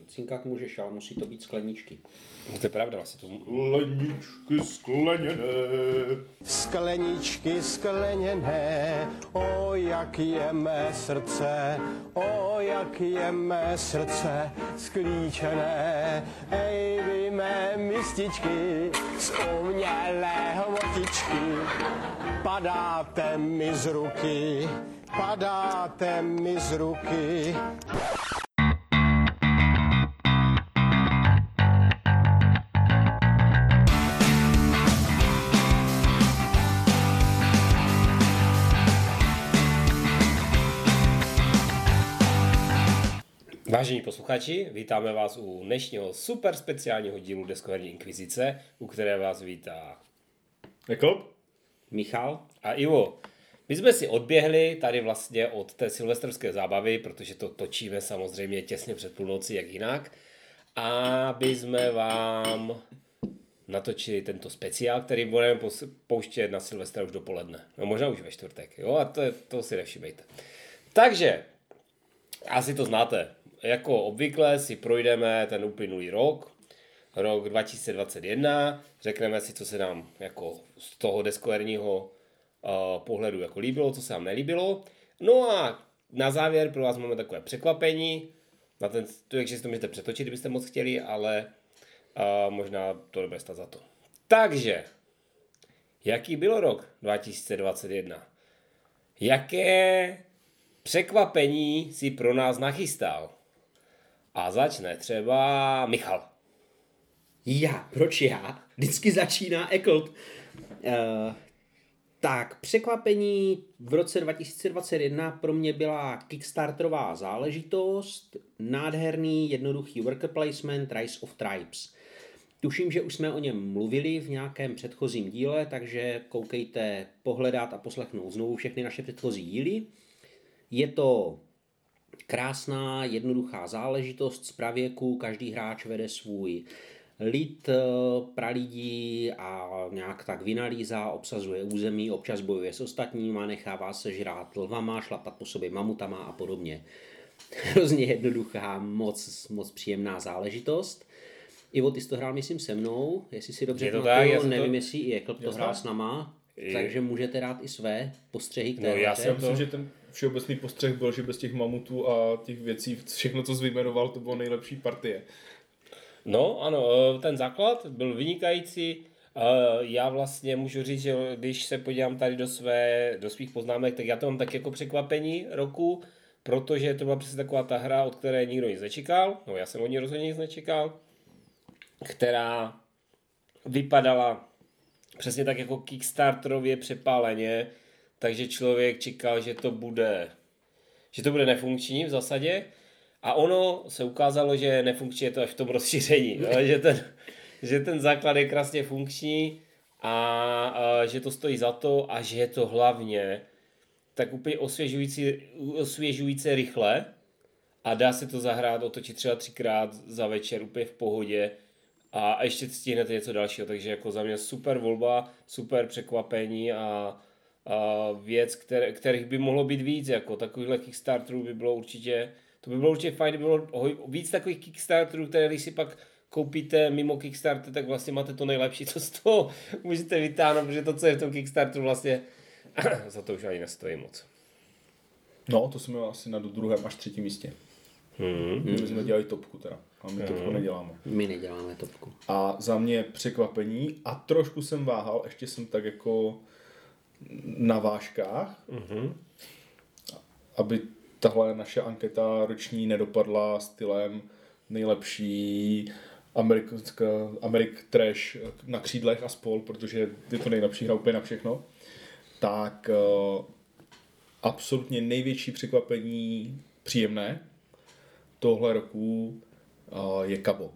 Cinkat můžeš, ale musí to být skleničky. No to je pravda, vlastně to... Skleničky skleněné. Skleničky skleněné, o jak je mé srdce, o jak je mé srdce sklíčené. Hej vy mé mističky z umělé hmotičky, padáte mi z ruky, padáte mi z ruky. Vážení posluchači, vítáme vás u dnešního super speciálního dílu Deskoherní inkvizice, u které vás vítá Jakob? Michal? a Ivo. My jsme si odběhli tady vlastně od té silvestrské zábavy, protože to točíme samozřejmě těsně před půlnocí, jak jinak, aby jsme vám natočili tento speciál, který budeme pouštět na Silvestra už dopoledne. No možná už ve čtvrtek, jo, a to si nevšimejte. Takže, asi to znáte. Jako obvykle si projdeme ten uplynulý rok 2021, řekneme si, co se nám jako z toho deskoherního pohledu jako líbilo, co se nám nelíbilo. No a na závěr pro vás máme takové překvapení, takže si to můžete přetočit, kdybyste moc chtěli, ale možná to nebude stát za to. Takže, jaký byl rok 2021? Jaké překvapení si pro nás nachystal? A začne třeba Michal. Proč já? Vždycky začíná Eklb. Tak, překvapení v roce 2021 pro mě byla kickstarterová záležitost, nádherný, jednoduchý worker placement Rise of Tribes. Tuším, že už jsme o něm mluvili v nějakém předchozím díle, takže koukejte pohledat a poslechnout znovu všechny naše předchozí díly. Je to krásná, jednoduchá záležitost z pravěku, každý hráč vede svůj lid pralidí a nějak tak vynalízá, obsazuje území, občas bojuje s ostatníma, nechává se žrát lvama, šlapat po sobě mamutama a podobně. Hrozně jednoduchá, moc příjemná záležitost. Ivo, ty jsi to hrál, myslím, se mnou, jestli si dobře pamatuju, nevím, jestli i Eklb to hrál s náma, takže můžete dát i své postřehy k té hře. Já si myslím, že ten všeobecný postřeh byl, že bez těch mamutů a těch věcí, všechno, co jsi vyjmenoval, to bylo nejlepší partie. No ano, ten základ byl vynikající. Já vlastně můžu říct, že když se podívám tady do svých poznámek, tak já to mám tak jako překvapení roku, protože to byla přesně taková ta hra, od které nikdo nic nečekal, no já jsem od ní rozhodně nic nečekal, která vypadala přesně tak jako kickstarterově přepáleně, takže člověk čekal, že to bude nefunkční v zásadě. A ono se ukázalo, že nefunkční je to až v tom rozšíření, no? že ten základ je krásně funkční a že to stojí za to a že je to hlavně tak úplně osvěžující rychle a dá se to zahrát, otočit třeba 3krát za večer úplně v pohodě a ještě stihnete něco dalšího, takže jako za mě super volba, super překvapení a věc, kterých by mohlo být víc, jako takovýchhle Kickstarterů by bylo určitě fajn, kdyby bylo víc takových Kickstarterů, které když si pak koupíte mimo Kickstarter, tak vlastně máte to nejlepší, co z toho můžete vytáhnout, protože to, co je v tom Kickstarteru, vlastně za to už ani nestojí moc. No, to jsme asi na druhém až třetím místě. My jsme dělali topku teda, a my topku neděláme. My neděláme topku. A za mě překvapení a trošku jsem váhal, ještě jsem tak jako na vážkách, aby tahle naše anketa roční nedopadla stylem nejlepší American Trash na křídlech a spol, protože je to nejlepší hra úplně na všechno. Tak absolutně největší překvapení příjemné tohle roku je Cabo.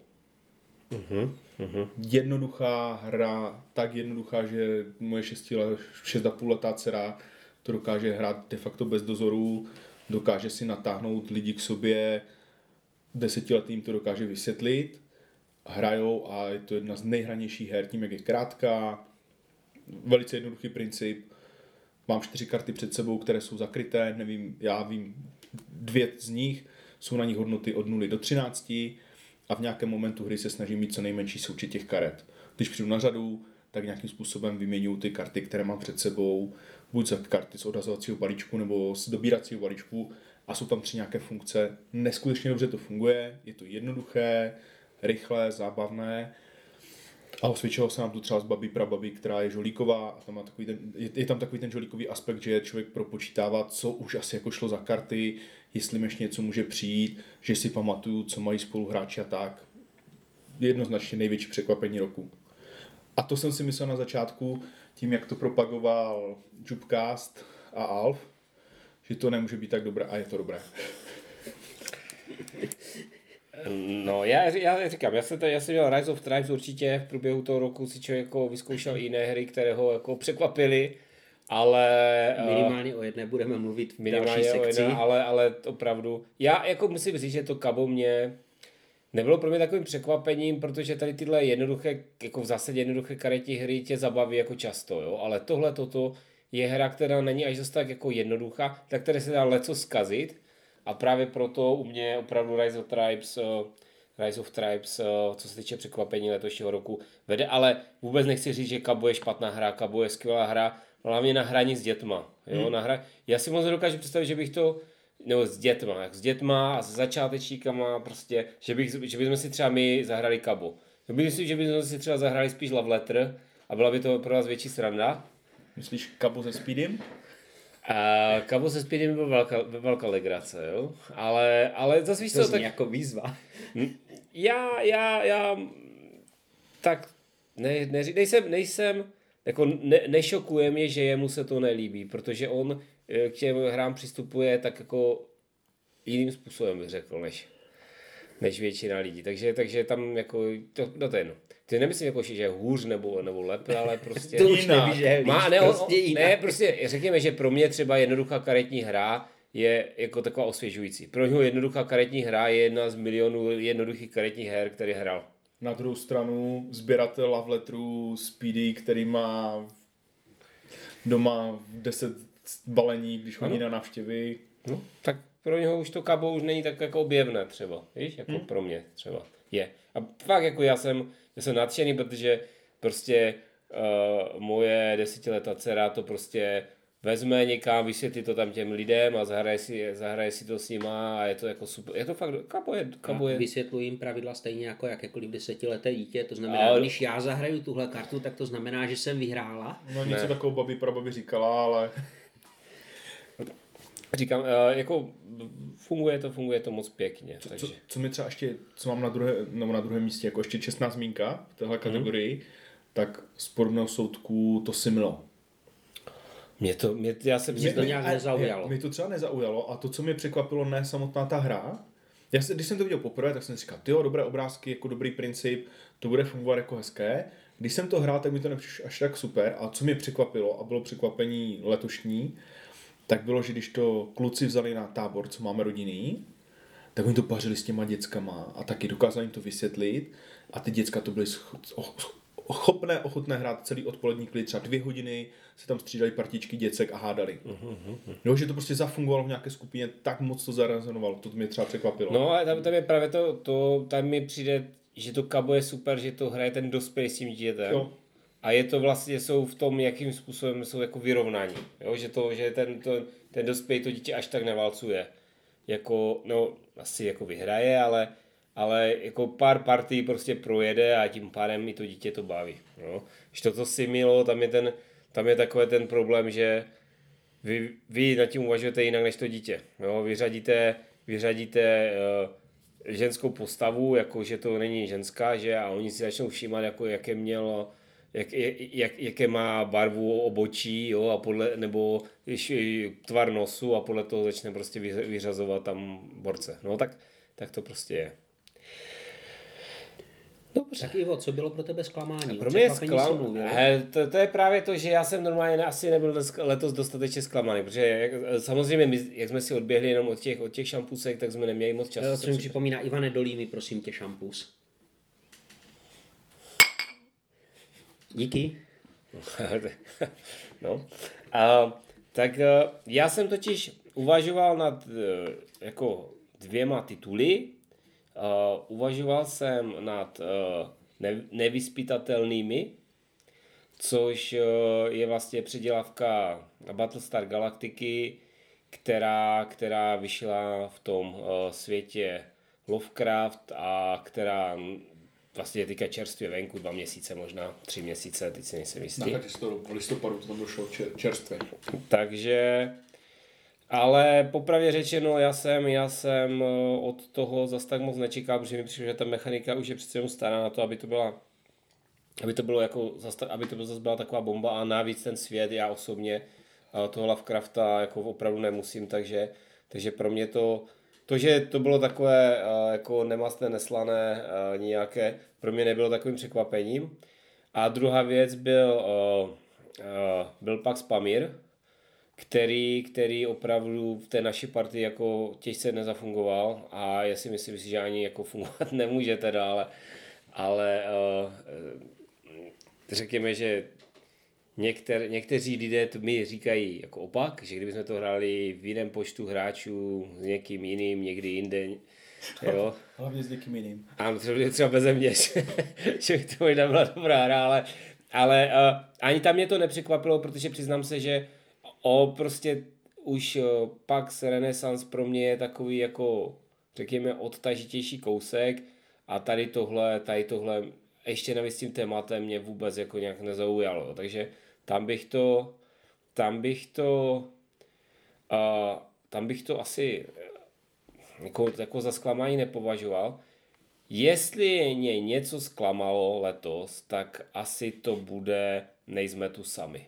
Jednoduchá hra, tak jednoduchá, že moje 6,5 letá dcera to dokáže hrát de facto bez dozoru, dokáže si natáhnout lidi k sobě, 10letým to dokáže vysvětlit, hrajou a je to jedna z nejhranějších her, tím jak je krátká, velice jednoduchý princip, mám 4 karty před sebou, které jsou zakryté, já vím 2 z nich, jsou na nich hodnoty od 0 do 13, a v nějakém momentu hry se snažím mít co nejmenší součet těch karet. Když přijdu na řadu, tak nějakým způsobem vyměňuji ty karty, které mám před sebou, buď za karty z odhazovacího balíčku nebo z dobíracího balíčku a jsou tam 3 nějaké funkce. Neskutečně dobře to funguje, je to jednoduché, rychlé, zábavné. A osvědčilo se nám tu třeba z Babi Prababi, která je žolíková a tam má takový je tam takový ten žolíkový aspekt, že člověk propočítává, co už asi jako šlo za karty, jestli ještě něco může přijít, že si pamatuju, co mají spoluhráči a tak. Jednoznačně největší překvapení roku. A to jsem si myslel na začátku, tím jak to propagoval Jupcast a Alf, že to nemůže být tak dobré a je to dobré. No, já říkám, já jsem měl Rise of Tribes určitě v průběhu toho roku si člověk jako vyzkoušel i jiné hry, které ho jako překvapily, ale... Minimálně o jedné budeme mluvit v další sekci. Ale opravdu, já jako musím říct, že to Cabo mě nebylo pro mě takovým překvapením, protože tady tyhle jednoduché, jako v zásadě jednoduché karetní hry tě zabaví jako často, jo, ale toto je hra, která není až zase tak jako jednoduchá, tak které se dá leco zkazit. A právě proto u mě opravdu Rise of Tribes, co se týče překvapení letošního roku, vede, ale vůbec nechci říct, že Cabo je špatná hra, Cabo je skvělá hra, hlavně na hraní s dětma. Jo? Já si moc nedokážu představit, že bych to, nebo s dětma a s začátečníkama, prostě, že bychom si třeba my zahrali Cabo. Myslím, že bychom si třeba zahrali spíš Love Letter a byla by to pro nás větší sranda. Myslíš Cabo se Speedem? Cabo se Speedem byl velká legrace, jo? Ale zase víš to co, tak... jako výzva. Já tak nejsem jako nešokuje mě, že jemu se to nelíbí, protože on k těm hrám přistupuje tak jako jiným způsobem, bych řekl, než většina lidí. Takže tam jako, to je jedno. Ty nemyslím jako, že je hůř nebo lépe, ale prostě... To už nevíš, že ne, prostě řekněme, že pro mě třeba jednoduchá karetní hra je jako taková osvěžující. Pro něho jednoduchá karetní hra je jedna z milionů jednoduchých karetních her, který hrál. Na druhou stranu sběratel Love Letterů Speedy, který má doma 10 balení, když chodí na návštěvy. No, tak pro něho už to Cabo už není tak jako objevné třeba, víš, jako pro mě třeba je. A fakt jako já jsem nadšený, protože prostě moje 10letá dcera to prostě vezme někam, vysvětlí to tam těm lidem a zahraje si to s nima a je to jako super. Je to fakt, Cabo je. Vysvětluji jim pravidla stejně jako jakékoliv 10leté dítě, to znamená, když já zahraju tuhle kartu, tak to znamená, že jsem vyhrála. No něco takovou Babi Prababi říkala, ale... Říkám, jako funguje to moc pěkně. Takže. Co mi třeba ještě, co mám na druhém místě, jako ještě čestná zmínka v téhle kategorii, tak z podobného soudku to Similo. Mě to nějak nezaujalo. Mě to třeba nezaujalo a to, co mě překvapilo, ne samotná ta hra. Když jsem to viděl poprvé, tak jsem si říkal, dobré obrázky, jako dobrý princip, to bude fungovat jako hezké. Když jsem to hrál, tak mi to nepřišlo až tak super a co mě překvapilo a bylo překvapení letošní, tak bylo, že když to kluci vzali na tábor, co máme rodinný, tak oni to pařili s těma dětskama a taky dokázali jim to vysvětlit a ty děcka to byly ochotné hrát celý odpolední klid, třeba 2 hodiny se tam střídali partičky děcek a hádali. Jo, že to prostě zafungovalo v nějaké skupině, tak moc to zarezonovalo, to mě třeba překvapilo. No a tam je právě tam mi přijde, že to Cabo je super, že to hraje ten dospělý s tím dítětem. Jo. A je to vlastně, jsou v tom, jakým způsobem jsou jako vyrovnání. Jo? Že ten dospělý to dítě až tak nevalcuje. Jako, no, asi jako vyhraje, ale jako pár partí prostě projede a tím pádem i to dítě to baví. Jo? Když to Similo, tam je takový ten problém, že vy nad tím uvažujete jinak než to dítě. Jo? Vyřadíte ženskou postavu, jako že to není ženská, že a oni si začnou všímat, jako jaké má barvu obočí, jo, a nebo tvar nosu a podle toho začne prostě vyřazovat tam borce. No tak to prostě je. Dobře. Tak Ivo, co bylo pro tebe zklamání? Pro mě je to je právě to, že já jsem normálně asi nebyl letos dostatečně zklamaný, protože samozřejmě jak jsme si odběhli jenom od těch šampusek, tak jsme neměli moc času. Co mi připomíná, Ivane, dolí mi prosím tě šampus. Díky. No. Tak já jsem totiž uvažoval nad jako 2 tituly Uvažoval jsem nad nevyspytatelnými, což je vlastně předělávka Battlestar Galactiky, která vyšla v tom světě Lovecraft a která vlastně je teďka čerstvě venku, 2 měsíce možná, 3 měsíce, teď si nejsem jistý. V listopadu to tam došlo čerstvě. Takže, ale popravdě řečeno, já jsem od toho zas tak moc nečekal, protože mi přišlo, že ta mechanika už je přece jenom stará na to, aby to zase byla taková bomba a navíc ten svět, já osobně toho Lovecrafta jako opravdu nemusím, takže pro mě to, že to bylo takové jako nemastné, neslané nějaké, pro mě nebylo takovým překvapením. A druhá věc byl Pax Pamir, který opravdu v té naší partii jako těžce nezafungoval a já si myslím, že ani jako fungovat nemůže teda, ale řekněme, že někteří lidé mi říkají jako opak, že kdybychom to hráli v jiném počtu hráčů s někým jiným, někdy jinde, jo. Hlavně s někým jiným. Ano, třeba beze mě, že by to možná byla dobrá hra, ale ani tam mě to nepřekvapilo, protože přiznám se, že prostě už Pax Renaissance pro mě je takový jako, řekněme, odtažitější kousek a tady tohle ještě navíc tím tématem mě vůbec jako nějak nezaujalo, takže tam bych to asi jako za zklamání nepovažoval. Jestli mě něco zklamalo letos, tak asi to bude Nejsme tu sami.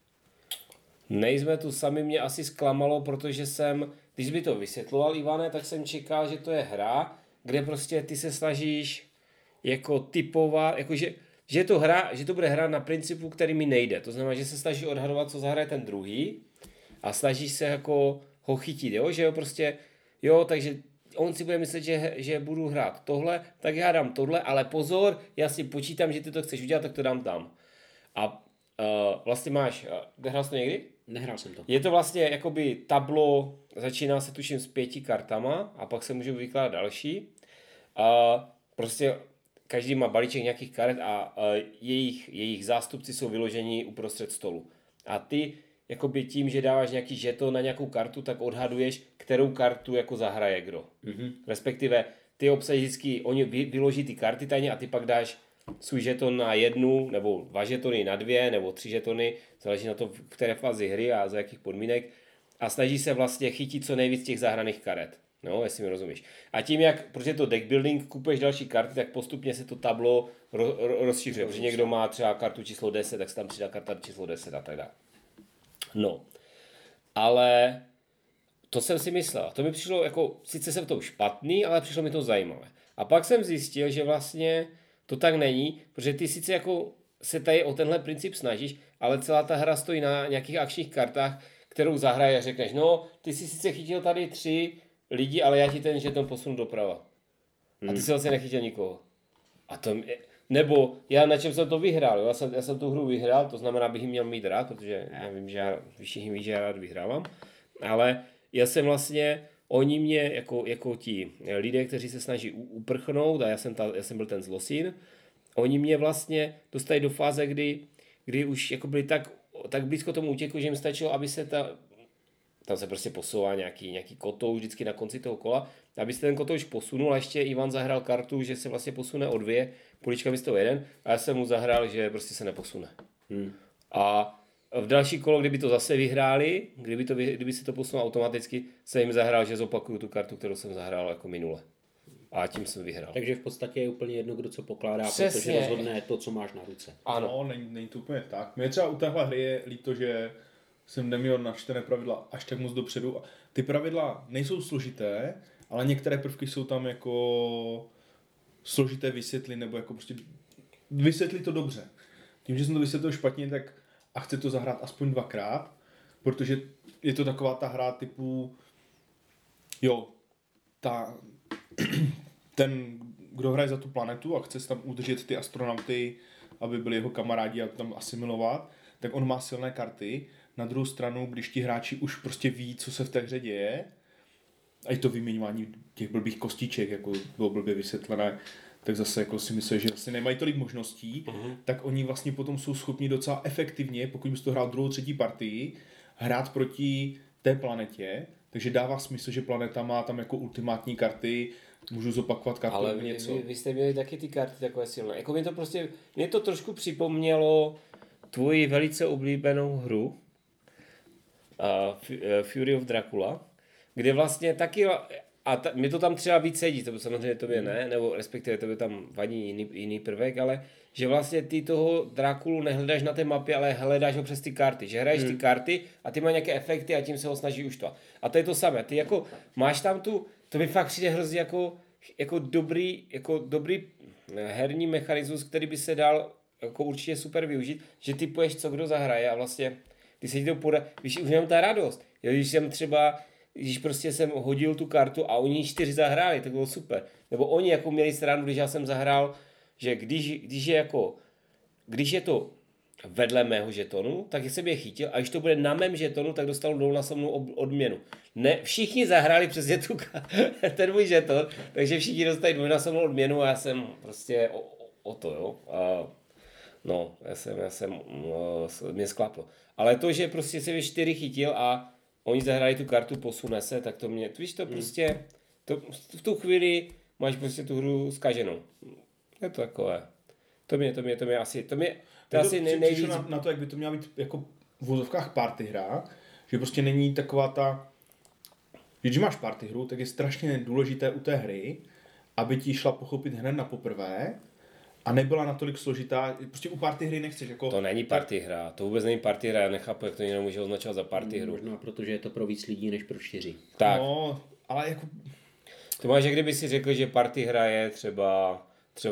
Nejsme tu sami mě asi zklamalo, protože když by to vysvětloval Ivane, tak jsem čekal, že to je hra, kde prostě ty se snažíš jako typovat, jakože že to bude hra na principu, který mi nejde. To znamená, že se snaží odhadovat, co zahraje ten druhý a snažíš se jako ho chytit, jo? Že jo, prostě, jo, takže on si bude myslet, že budu hrát tohle, tak já dám tohle, ale pozor, já si počítám, že ty to chceš udělat, tak to dám tam. A vlastně hrál jsi to někdy? Nehrál jsem to. Je to vlastně jakoby tablo, začíná se tuším s 5 kartama a pak se můžou vykládat další. A prostě každý má balíček nějakých karet a jejich zástupci jsou vyloženi uprostřed stolu. A ty jakoby tím, že dáváš nějaký žeton na nějakou kartu, tak odhaduješ, kterou kartu jako zahraje kdo. Mm-hmm. Respektive ty obsadíš vždycky, oni vyloží ty karty tajně a ty pak dáš svůj žeton na 1, nebo 2 žetony na 2, nebo 3 žetony, záleží na to, v které fázi hry a za jakých podmínek. A snaží se vlastně chytit co nejvíc těch zahraných karet. No, jestli mi rozumíš. A tím, protože to deck building, kupuješ další karty, tak postupně se to tablo rozšiřuje. Protože někdo má třeba kartu číslo 10, tak se tam přidá karta číslo 10 a tak dále. No, ale to jsem si myslel. To mi přišlo jako, sice jsem to špatný, ale přišlo mi to zajímavé. A pak jsem zjistil, že vlastně to tak není, protože ty sice jako se tady o tenhle princip snažíš, ale celá ta hra stojí na nějakých akčních kartách, kterou zahraje a řekneš, no, ty jsi sice chytil tady 3 lidi, ale já ti ten žeton posunu doprava. A ty si vlastně nechytil nikoho. A to nebo já na čem jsem to vyhrál, jo? Já jsem tu hru vyhrál, to znamená, bych ji měl mít rád, protože já vím, že všichni ví, že já rád vyhrávám, ale já jsem vlastně, oni mě, jako ti lidé, kteří se snaží uprchnout, a já jsem byl ten zlosín, oni mě vlastně dostali do fáze, kdy už jako byli tak blízko tomu útěku, že jim stačilo, aby se tam se prostě posouvá nějaký kotouč vždycky na konci toho kola, aby se ten kotouč posunul a ještě Ivan zahrál kartu, že se vlastně posune o 2, polička místo 1 a já jsem mu zahrál, že prostě se neposune. A v další kolo, kdyby to zase vyhráli, kdyby se to posunulo automaticky, jsem jim zahrál, že zopakuju tu kartu, kterou jsem zahrál jako minule. A tím jsem vyhrál. Takže v podstatě je úplně jedno, kdo co pokládá, Přesně. protože rozhodne to, co máš na ruce. Ano. No, není to úplně tak. Mě třeba u téhle hry je líto, že jsem neměl načtené pravidla až tak moc dopředu. Ty pravidla nejsou složité, ale některé prvky jsou tam jako složité vysvětlit, nebo jako prostě vysvětlit to dobře. Tím, že jsem to vysvětlil špatně, tak a chci to zahrát aspoň 2krát, protože je to taková ta hra typu ten, kdo hraje za tu planetu a chce si tam udržet ty astronauty, aby byli jeho kamarádi a tam asimilovat, tak on má silné karty. Na druhou stranu, když ti hráči už prostě ví, co se v té hře děje, a i to vyměňování těch blbých kostiček, jako bylo blbě vysvětlené, tak zase jako si myslím, že vlastně nemají tolik možností, tak oni vlastně potom jsou schopni docela efektivně, pokud bys to hrál druhou, třetí partii, hrát proti té planetě, takže dává smysl, že planeta má tam jako ultimátní karty, můžu zopakovat kartu ale nebo něco. Vy jste měli taky ty karty takové silné. Jako mě to trošku připomnělo tvoji velice oblíbenou hru Fury of Dracula, kde vlastně taky, mě to tam třeba víc sedí, to samozřejmě tobě ne, nebo respektive tobě tam vadí jiný prvek, ale že vlastně ty toho Drakulu nehledáš na té mapě, ale hledáš ho přes ty karty, že hraješ ty karty a ty má nějaké efekty a tím se ho snaží uštvat. A to je to samé, ty jako máš tam to mi fakt přijde hrozně jako dobrý herní mechanismus, který by se dal jako určitě super využít, že ty poješ, co kdo zahraje a vlastně ty se ti to podá, víš, už jenom ta radost. Jo, když prostě jsem hodil tu kartu a oni 4 zahráli, tak bylo super. Nebo oni jako měli stranu, když já jsem zahrál, že když je to vedle mého žetonu, tak jsem je chytil a když to bude na mém žetonu, tak dostanu dvounásobnou odměnu. Ne, všichni zahráli přesně ten můj žeton, takže všichni dostali dvojnásobnou odměnu a já jsem prostě o to, jo. No, mě sklaplo. Ale to, že prostě se 4 chytil a oni zahráli tu kartu, posune se, tak to mě, víš, to prostě, v tu chvíli máš prostě tu hru zkaženou. Je to takové. To mě asi nejvíc. Na to, jak by to měla být jako v vozovkách party hra, že prostě není taková ta, když máš party hru, tak je strašně důležité u té hry, aby ti šla pochopit hned na poprvé a nebyla natolik složitá, prostě u party hry nechceš jako... To není party hra, to vůbec není party hra, já nechápu, jak to někdo může označovat za party hru. Možná, protože je to pro víc lidí než pro 4. Tak. No, ale jako... To máš, jak kdyby si řekl, že party hra je třeba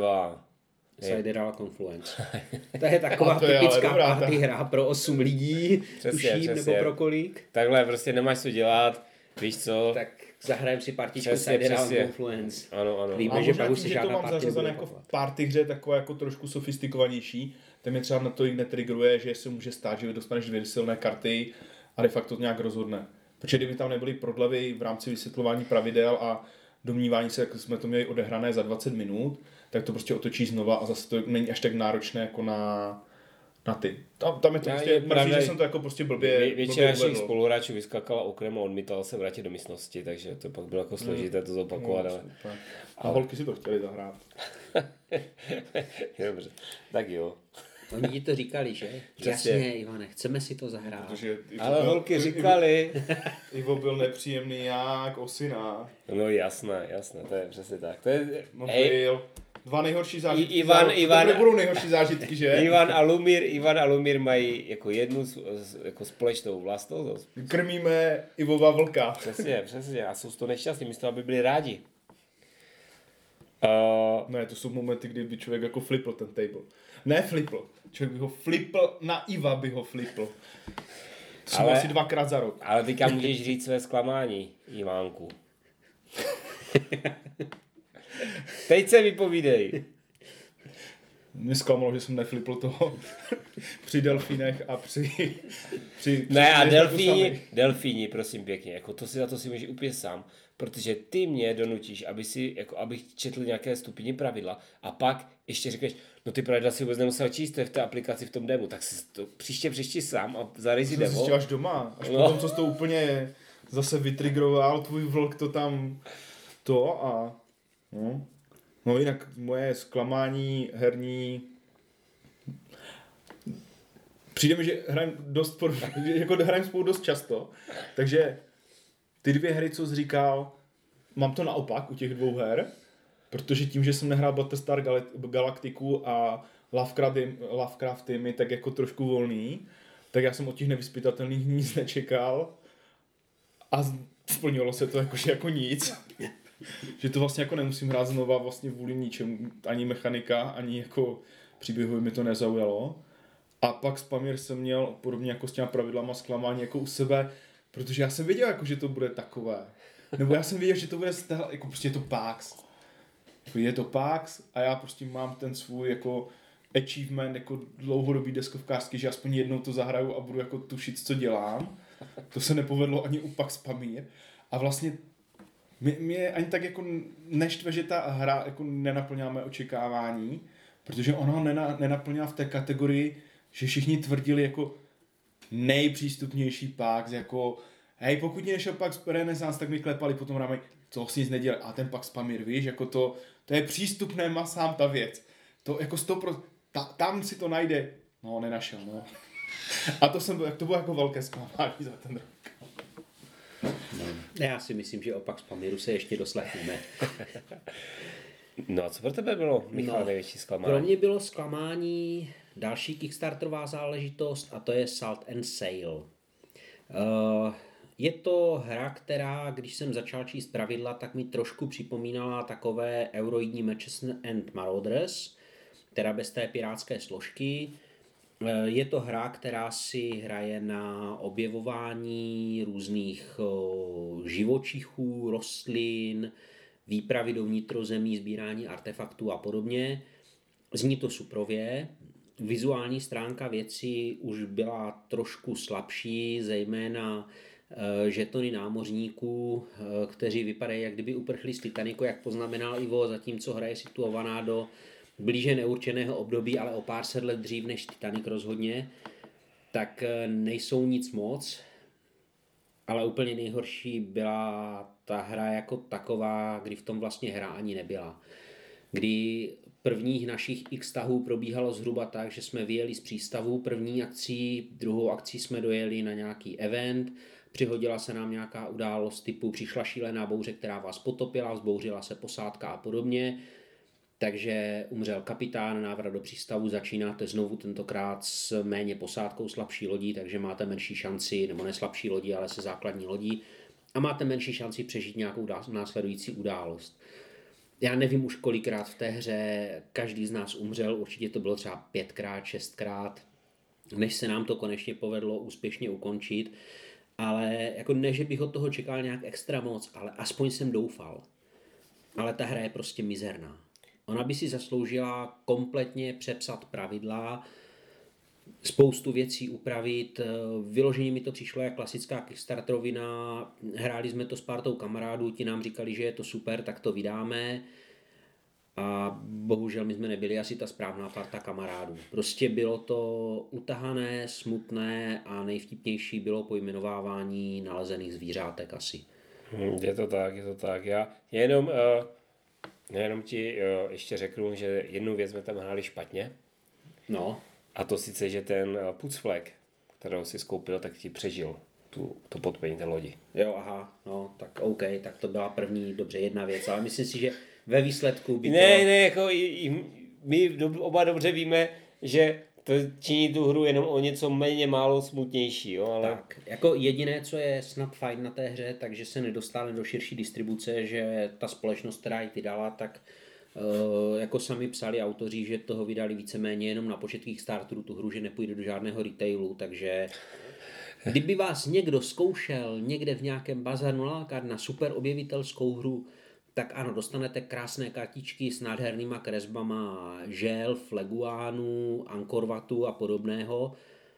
Sidereal Confluence. To je taková typická party hra pro 8 lidí, tuším, nebo pro kolik. Takhle prostě nemáš co dělat, víš co? Tak zahrajeme si partičku Sidereal Confluence. Ano. Víme, že pak už se žádná to mám party zařazené jako v party hře taková jako trošku sofistikovanější, tam je třeba na to netriggeruje, že se může stát, že dostaneš 2 silné karty a de facto to nějak rozhodne. Protože kdyby tam nebyly prodlevy v rámci vysvětlování pravidel a domnívání se, jak jsme to měli odehrané za 20 minut, tak to prostě otočíš znova a zase to není až tak náročné jako na ty. Tam je to prostě mrzí, že jsem to jako prostě blbě většina našich spoluhráčů vyskakala oknem a odmítala se vrátit do místnosti, takže to pak bylo jako složité to zopakovat. A holky si to chtěli zahrát. Dobře, tak jo. Oni ti to říkali, že? Jasně, Ivane, chceme si to zahrát. Ale holky říkali. Ivo byl nepříjemný jak osina. No jasné, to je přesně tak. To je, byl 2 nejhorší zážitky. Ivan nebudou nejhorší zážitky, že? Ivan a Lumír mají jako jednu jako společnou vlastnost. Krmíme Ivova vlka. Přesně. A jsou z toho nešťastní, místo aby byli rádi. Ne, to jsou momenty, kdy by člověk jako flipl ten table. Ne flipl. Člověk by ho flipl, na Iva by ho flipl. Třeba asi 2krát za rok. Ale teďka můžeš říct své zklamání, Ivánku. Teď se vypovídej. Mě zklamalo, že jsem neflipl toho při delfínech a při ne, a delfíni, prosím pěkně, jako za to si můžeš úplně sám, protože ty mě donutíš, abych četl nějaké stupidní pravidla a pak ještě řekneš, no ty pravidla si vůbec nemusel číst, to je v té aplikaci v tom demo, tak si to příště přečti sám a zarej si demo. To až doma, až potom, co jsi to úplně zase vytrigroval, tvůj vlk to tam a no jinak moje zklamání herní přijde mi, že hrajem spolu dost často, takže ty 2 hry, co jsi říkal, mám to naopak u těch 2 her, protože tím, že jsem nehrál Battlestar Galactiku a Lovecraft je mi tak jako trošku volný, tak já jsem od těch nevyspytatelných nic nečekal a splnilo se to jako nic. Že to vlastně jako nemusím hrát znova vlastně vůli ničemu, ani mechanika, ani jako příběhu mi to nezaujalo. A pak z Pamír jsem měl podobně jako s těma pravidlama zklamání jako u sebe, protože já jsem věděl, jako, že to bude takové. Nebo já jsem věděl, že to bude jako prostě je to PAX. Je to PAX a já prostě mám ten svůj jako achievement, jako dlouhodobý deskovkářský, že aspoň jednou to zahraju a budu jako tušit, co dělám. To se nepovedlo ani u PAX Pamír. A vlastně Mě ani tak jako neštve, že ta hra jako nenaplňáme očekávání, protože ona ho nenaplňá v té kategorii, že všichni tvrdili jako nejpřístupnější Pax, jako hej, pokud mě nešel Pax Renaissance, tak mi klepali potom rámej, to si nic nedělá. A ten Pax Pamir, víš, jako to je přístupné masám ta věc. To jako 100%, tam si to najde. No, nenašel, no. A to bylo jako velké zklamání za ten rok. No, já si myslím, že o Pax Pamiru se ještě doslechneme. No a co pro tebe bylo, Michal, největší zklamání? Pro mě bylo zklamání další kickstarterová záležitost a to je Salt and Sail. Je to hra, která, když jsem začal číst pravidla, tak mi trošku připomínala takové Euroidní Matches and Marauders, teda bez té pirátské složky. Je to hra, která si hraje na objevování různých živočichů, rostlin, výpravy do vnitrozemí, sbírání artefaktů a podobně. Zní to suprově. Vizuální stránka věci už byla trošku slabší, zejména žetony námořníků, kteří vypadají, jak kdyby uprchli z Titaniku, jak poznamenal Ivo, zatímco hra je situovaná do blíže neurčeného období, ale o pár set let dřív než Titanic rozhodně, tak nejsou nic moc, ale úplně nejhorší byla ta hra jako taková, kdy v tom vlastně hra ani nebyla. Kdy prvních našich x tahů probíhalo zhruba tak, že jsme vyjeli z přístavu první akcí, druhou akcí jsme dojeli na nějaký event, přihodila se nám nějaká událost typu přišla šílená bouře, která vás potopila, vzbouřila se posádka a podobně, takže umřel kapitán, návrat do přístavu, začínáte znovu tentokrát s méně posádkou, slabší lodí, takže máte menší šanci, nebo ne slabší lodí, ale se základní lodí a máte menší šanci přežít nějakou následující událost. Já nevím už kolikrát v té hře každý z nás umřel, určitě to bylo třeba 5krát, 6krát, než se nám to konečně povedlo úspěšně ukončit, ale jako ne, že bych od toho čekal nějak extra moc, ale aspoň jsem doufal. Ale ta hra je prostě mizerná. Ona by si zasloužila kompletně přepsat pravidla, spoustu věcí upravit. Vyloženě mi to přišlo jak klasická kickstarterovina. Hráli jsme to s partou kamarádů, ti nám říkali, že je to super, tak to vydáme. A bohužel my jsme nebyli asi ta správná parta kamarádů. Prostě bylo to utahané, smutné a nejvtipnější bylo pojmenovávání nalezených zvířátek asi. Je to tak. Já jenom ti ještě řeknu, že jednu věc jsme tam hráli špatně. No. A to sice, že ten Putzfleck, kterou si skoupil, tak ti přežil to podpění té lodi. Jo, aha, no, tak OK, tak to byla první, dobře, jedna věc, ale myslím si, že ve výsledku by to... Ne, jako my oba dobře víme, že to činí tu hru jenom o něco méně málo smutnější, jo, ale... Tak, jako jediné, co je snad fajn na té hře, takže se nedostane do širší distribuce, že ta společnost, která ji vydala, tak jako sami psali autoři, že toho vydali víceméně jenom na počet Kickstarterů tu hru, že nepůjde do žádného retailu, takže kdyby vás někdo zkoušel někde v nějakém bazaru nalákat na super objevitelskou hru, tak ano, dostanete krásné kartičky s nádhernýma kresbama želv, leguánů, ankorvatu a podobného,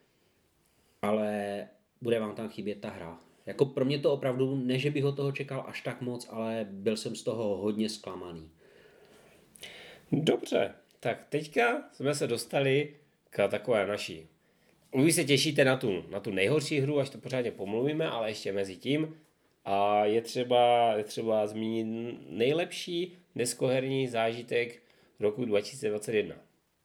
ale bude vám tam chybět ta hra. Jako pro mě to opravdu, ne že bych od toho čekal až tak moc, ale byl jsem z toho hodně zklamaný. Dobře, tak teďka jsme se dostali k takové naší. Vy se těšíte na tu nejhorší hru, až to pořádně pomluvíme, ale ještě mezi tím. A je třeba zmínit nejlepší deskoherní zážitek roku 2021.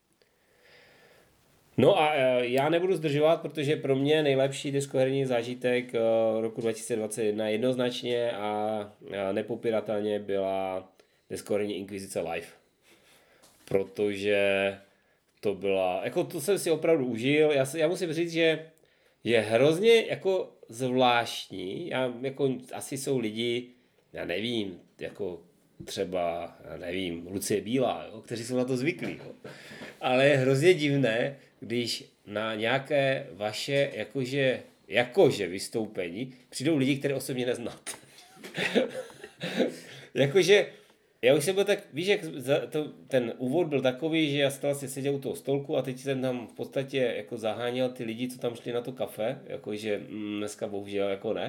No a já nebudu zdržovat, protože pro mě nejlepší deskoherní zážitek roku 2021 jednoznačně a nepopiratelně byla deskoherní Inkvizice Live. Protože to byla, jako to jsem si opravdu užil, já musím říct, že je hrozně jako zvláštní, jako asi jsou lidi, já nevím, jako třeba, Lucie Bílá, jo, kteří jsou na to zvyklí, jo. Ale je hrozně divné, když na nějaké vaše jakože vystoupení přijdou lidi, které osobně neznáte. Jakože já už jsem byl tak, víš, jak ten úvod byl takový, že já jsem vlastně seděl u toho stolku a teď jsem tam v podstatě jako zaháněl ty lidi, co tam šli na to kafe, jakože dneska bohužel jako ne.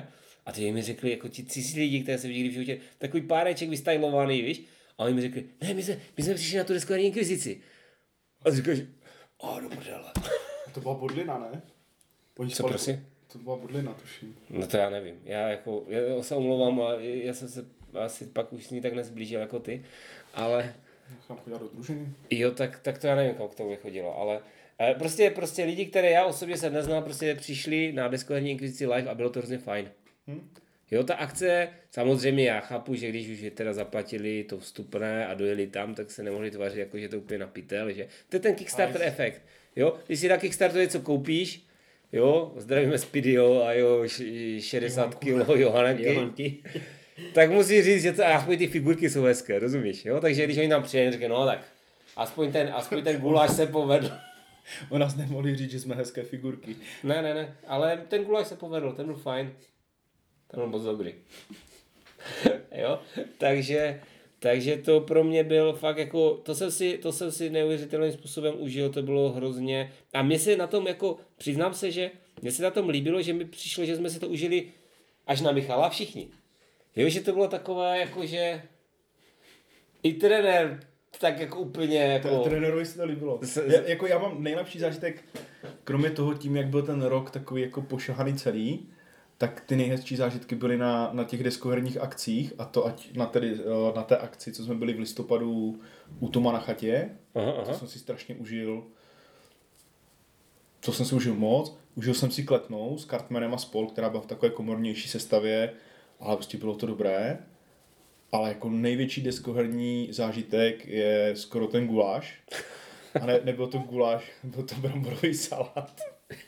A ty mi řekli, jako ti cizí lidi, kteří se viděli v životě, takový páreček vystylovaný, víš? A oni mi řekli, ne, my jsme přišli na tu deskoherní inkvizici. A říkáš, do prdele. To byla Bodlina, ne? Co prosím? To byla Bodlina, tuším. No to já nevím. Já se omlouvám, a já jsem se asi pak už s ní tak nezblížil jako ty, ale... Nechám chodit do družiny. Jo, tak to já nevím, kam k tomu chodilo, ale prostě lidi, které já osobně jsem neznal, prostě přišli na deskoherní inkvizici live a bylo to hrozně fajn. Jo, ta akce, samozřejmě já chápu, že když už je teda zaplatili to vstupné a dojeli tam, tak se nemohli tvářit jako, že to úplně na pytel, že to je ten Kickstarter efekt, jo, když si na Kickstarter něco koupíš, jo, zdravíme Spidio a jo, 60 kilo Johanky, tak musí říct, že to, aspoň ty figurky jsou hezké, rozumíš, jo, takže když oni tam přijdou, řekne, no tak, aspoň ten guláš se povedl. O nás nemohli říct, že jsme hezké figurky. Ne, ale ten guláš se povedl, ten byl fajn. Ten byl moc dobrý. Jo, takže to pro mě byl fakt jako, to jsem si neuvěřitelným způsobem užil, to bylo hrozně, a mně se na tom jako, přiznám se, že mně se na tom líbilo, že mi přišlo, že jsme si to užili až na Michala všichni. Jo, že to bylo takové jako, že i trenér tak jako úplně jako... Trenérovi se to líbilo. Jako já mám nejlepší zážitek, kromě toho tím, jak byl ten rok takový jako pošahaný celý, tak ty nejhezčí zážitky byly na těch deskoherních akcích, a to ať na té akci, co jsme byli v listopadu u Toma na chatě. Aha. To jsem si strašně užil. To jsem si užil moc. Užil jsem si Kletnou s Cartmanem a spol, která byla v takové komornější sestavě, ale prostě bylo to dobré. Ale jako největší deskoherní zážitek je skoro ten guláš. A nebyl to guláš, byl to bramborový salát.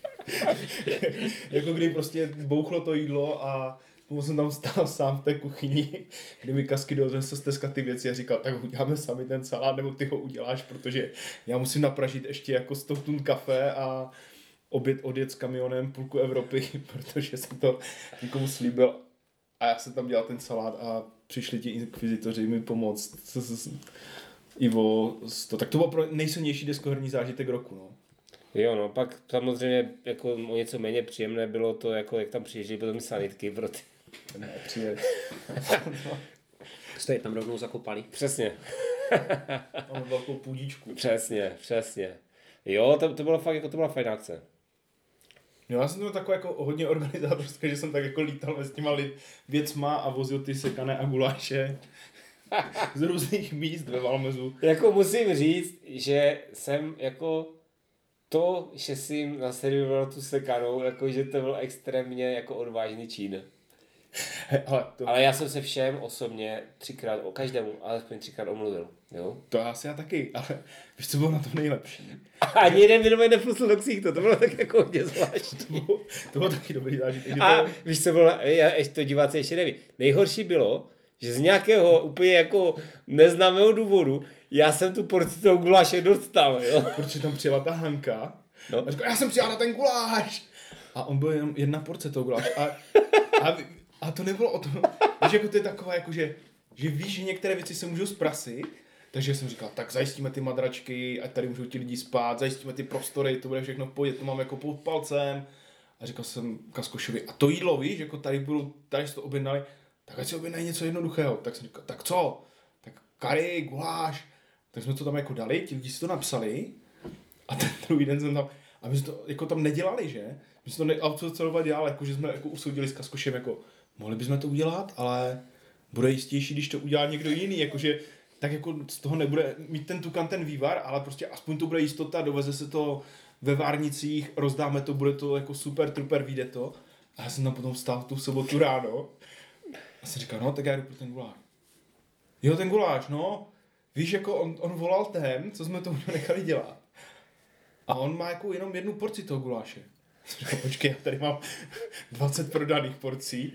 Jako kdy prostě bouchlo to jídlo a potom jsem tam stál sám v té kuchyni, kdy mi Kasky doznesl z teska ty věci a říkal, tak uděláme sami ten salát, nebo ty ho uděláš, protože já musím napražit ještě jako 100 tun kafe a odjet s kamionem půlku Evropy, protože jsem to někomu slíbil. A já jsem tam dělal ten salát a přišli ti inkvizitoři mi pomoct. Ivo, tak to bylo pro nejsilnější deskoherní zážitek roku, no. Jo, no, pak samozřejmě jako o něco méně příjemné bylo to, jako jak tam přijížděli potom sanitky pro ty. Ne, přijeli. Jste je tam rovnou zakopali. Přesně. Máme velkou půdičku. Přesně. Jo, to bylo fakt, jako to byla fajn akce. No, já jsem to takový jako hodně organizátorský, že jsem tak jako lítal s těma věcma a vozil ty sekané a guláše z různých míst ve Valmezu. Jako musím říct, že jsem jako to, že si jim naservíroval tu sekanou, jako že to byl extrémně jako odvážný čin. Ale já jsem se všem osobně každému alespoň 3krát omluvil. Jo? To asi já taky, ale víš, co bylo na tom nejlepší? Ani jeden mi nepustil do ksichtu, to bylo tak jako hodně zvláštní. To bylo taky dobrý zážitek. A víš, co bylo, to diváci ještě neví. Nejhorší bylo, že z nějakého úplně jako neznámého důvodu já jsem tu porci toho guláše dostal, jo. Protože tam přijela ta Hanka no. A říkal, já jsem přijel na ten guláš. A on byl jenom jedna porce toho guláše. A to nebylo o tom, že jako to je taková, jako že víš, že některé věci se můžou zprasit, takže jsem říkal, tak zajistíme ty madračky, ať tady můžou ti lidi spát, zajistíme ty prostory, to bude všechno pojít, to mám jako pod palcem. A říkal jsem Kaskošovi, a to jídlo, víš, jako tady si to objednali, tak ať si objednají něco jednoduchého. Tak jsem říkal, tak co? Tak kary, guláš. Tak jsme to tam jako dali, ti lidi si to napsali a ten druhý den jsem tam, a my jsme to jako tam nedělali, že? My jsme to neautocelovat dělali, jako že jsme jako usoudili s Kaskošem, jako mohli bychom to udělat, ale bude jistější, když to udělá někdo jiný, jakože tak jako z toho nebude mít ten tukan ten vývar, ale prostě aspoň to bude jistota, doveze se to ve Várnicích, rozdáme to, bude to jako super, truper, vyjde to. A já jsem tam potom vstál tu sobotu ráno a jsem říkal, no tak já jdu pro ten guláš. Jo, ten guláš, no. Víš, jako on volal ten, co jsme to nechali dělat. A on má jako jenom jednu porci toho guláše. Říkal, počkej, já tady mám 20 prodaných porcí.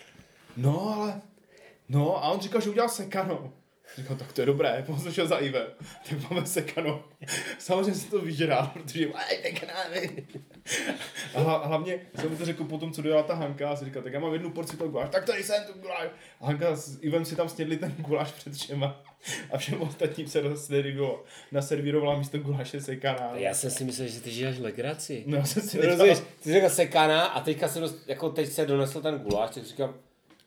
No, a on říkal, že udělal sekanou. Říkal, tak to je dobré, potom šel za Ivem. Tak máme sekanou. Samozřejmě jsem to vyžral, protože a hlavně jsem mu to řekl potom, co dojela ta Hanka a si říkal, tak já mám jednu porci toho guláš, tak tady jsem tu guláš. A Hanka s Ivem si tam snědli ten guláš před všema. A všem ostatním se naservírovala místo guláše sekaná. Já jsem si myslel, že ty žiješ legraci. No, já jsem si Rozumíš, ty řekl sekaná a teďka se teď se donesl ten guláš, tak říkám,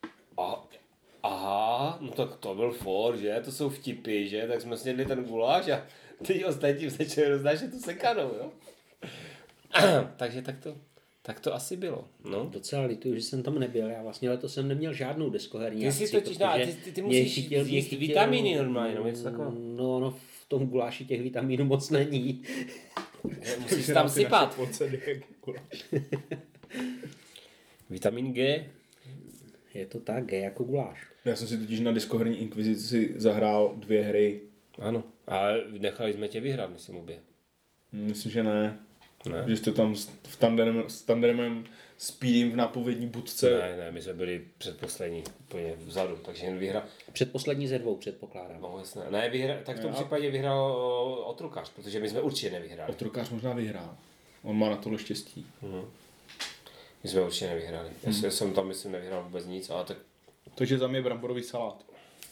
aha, no tak to byl for, že, to jsou vtipy, že, tak jsme snědli ten guláš a teď ostatní začali roznášet tu sekanou, jo. Takže tak to asi bylo, no. Docela lituju, že jsem tam nebyl, já vlastně letos jsem neměl žádnou deskoherní Ty si totiž ty musíš jíst vitamíny normálně, no něco takového. No, v tom guláši těch vitamínů moc není. Musíš tam sypat. Vitamin G. Je to tak, G jako guláš. Já jsem si totiž na diskoherní inkvizici zahrál 2 hry. Ano, ale nechali jsme tě vyhrát, myslím obě. Myslím, že ne. Ne. Že jste tam s Tandemem Speedem v nápovědní budce. Ne, my jsme byli předposlední, úplně vzadu, takže jen vyhrál. Předposlední ze 2 předpokládám. No jasné, ne, tak v tom případě vyhrál Otrokář, protože my jsme určitě nevyhráli. Otrokář možná vyhrál. On má na tohle štěstí. My jsme určitě nevyhráli. Já jsem tam, myslím, nevyhrál vůbec nic, ale tak... Takže za mě bramborový salát.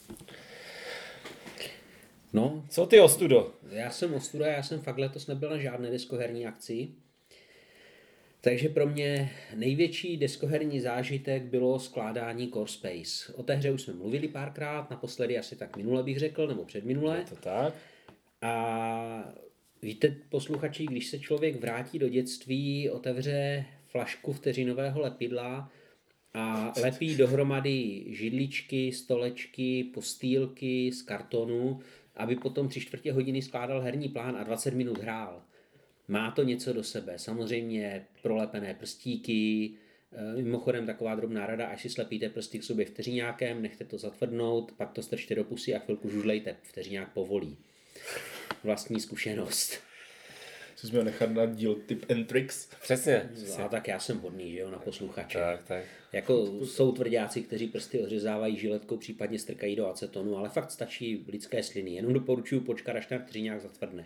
No, Co ty, Ostudo? já jsem ostuda, já jsem fakt letos nebyl na žádné deskoherní akci. Takže pro mě největší deskoherní zážitek bylo skládání Core Space. O té hře už jsme mluvili párkrát, naposledy asi tak minule bych řekl, nebo předminule. Je to tak? A víte, posluchači, když se člověk vrátí do dětství, otevře flašku vteřinového lepidla a lepí dohromady židličky, stolečky, postýlky z kartonu, aby potom 3/4 hodiny skládal herní plán a 20 minut hrál. Má to něco do sebe. Samozřejmě prolepené prstíky, mimochodem taková drobná rada, až si slepíte prsty k sobě vteřiňákem, nechte to zatvrdnout, pak to strčte do pusy a chvilku žužlejte, vteřiňák povolí. Vlastní zkušenost. Co jsme nechat na díl tip and tricks. Přesně. A tak já jsem hodný, že jo, na posluchače. Tak. Jako jsou tvrdáci, kteří prsty odřezávají žiletkou, případně strkají do acetonu, ale fakt stačí lidské sliny. Jenom doporučuji počkat, až ten vteřiňák zatvrdne.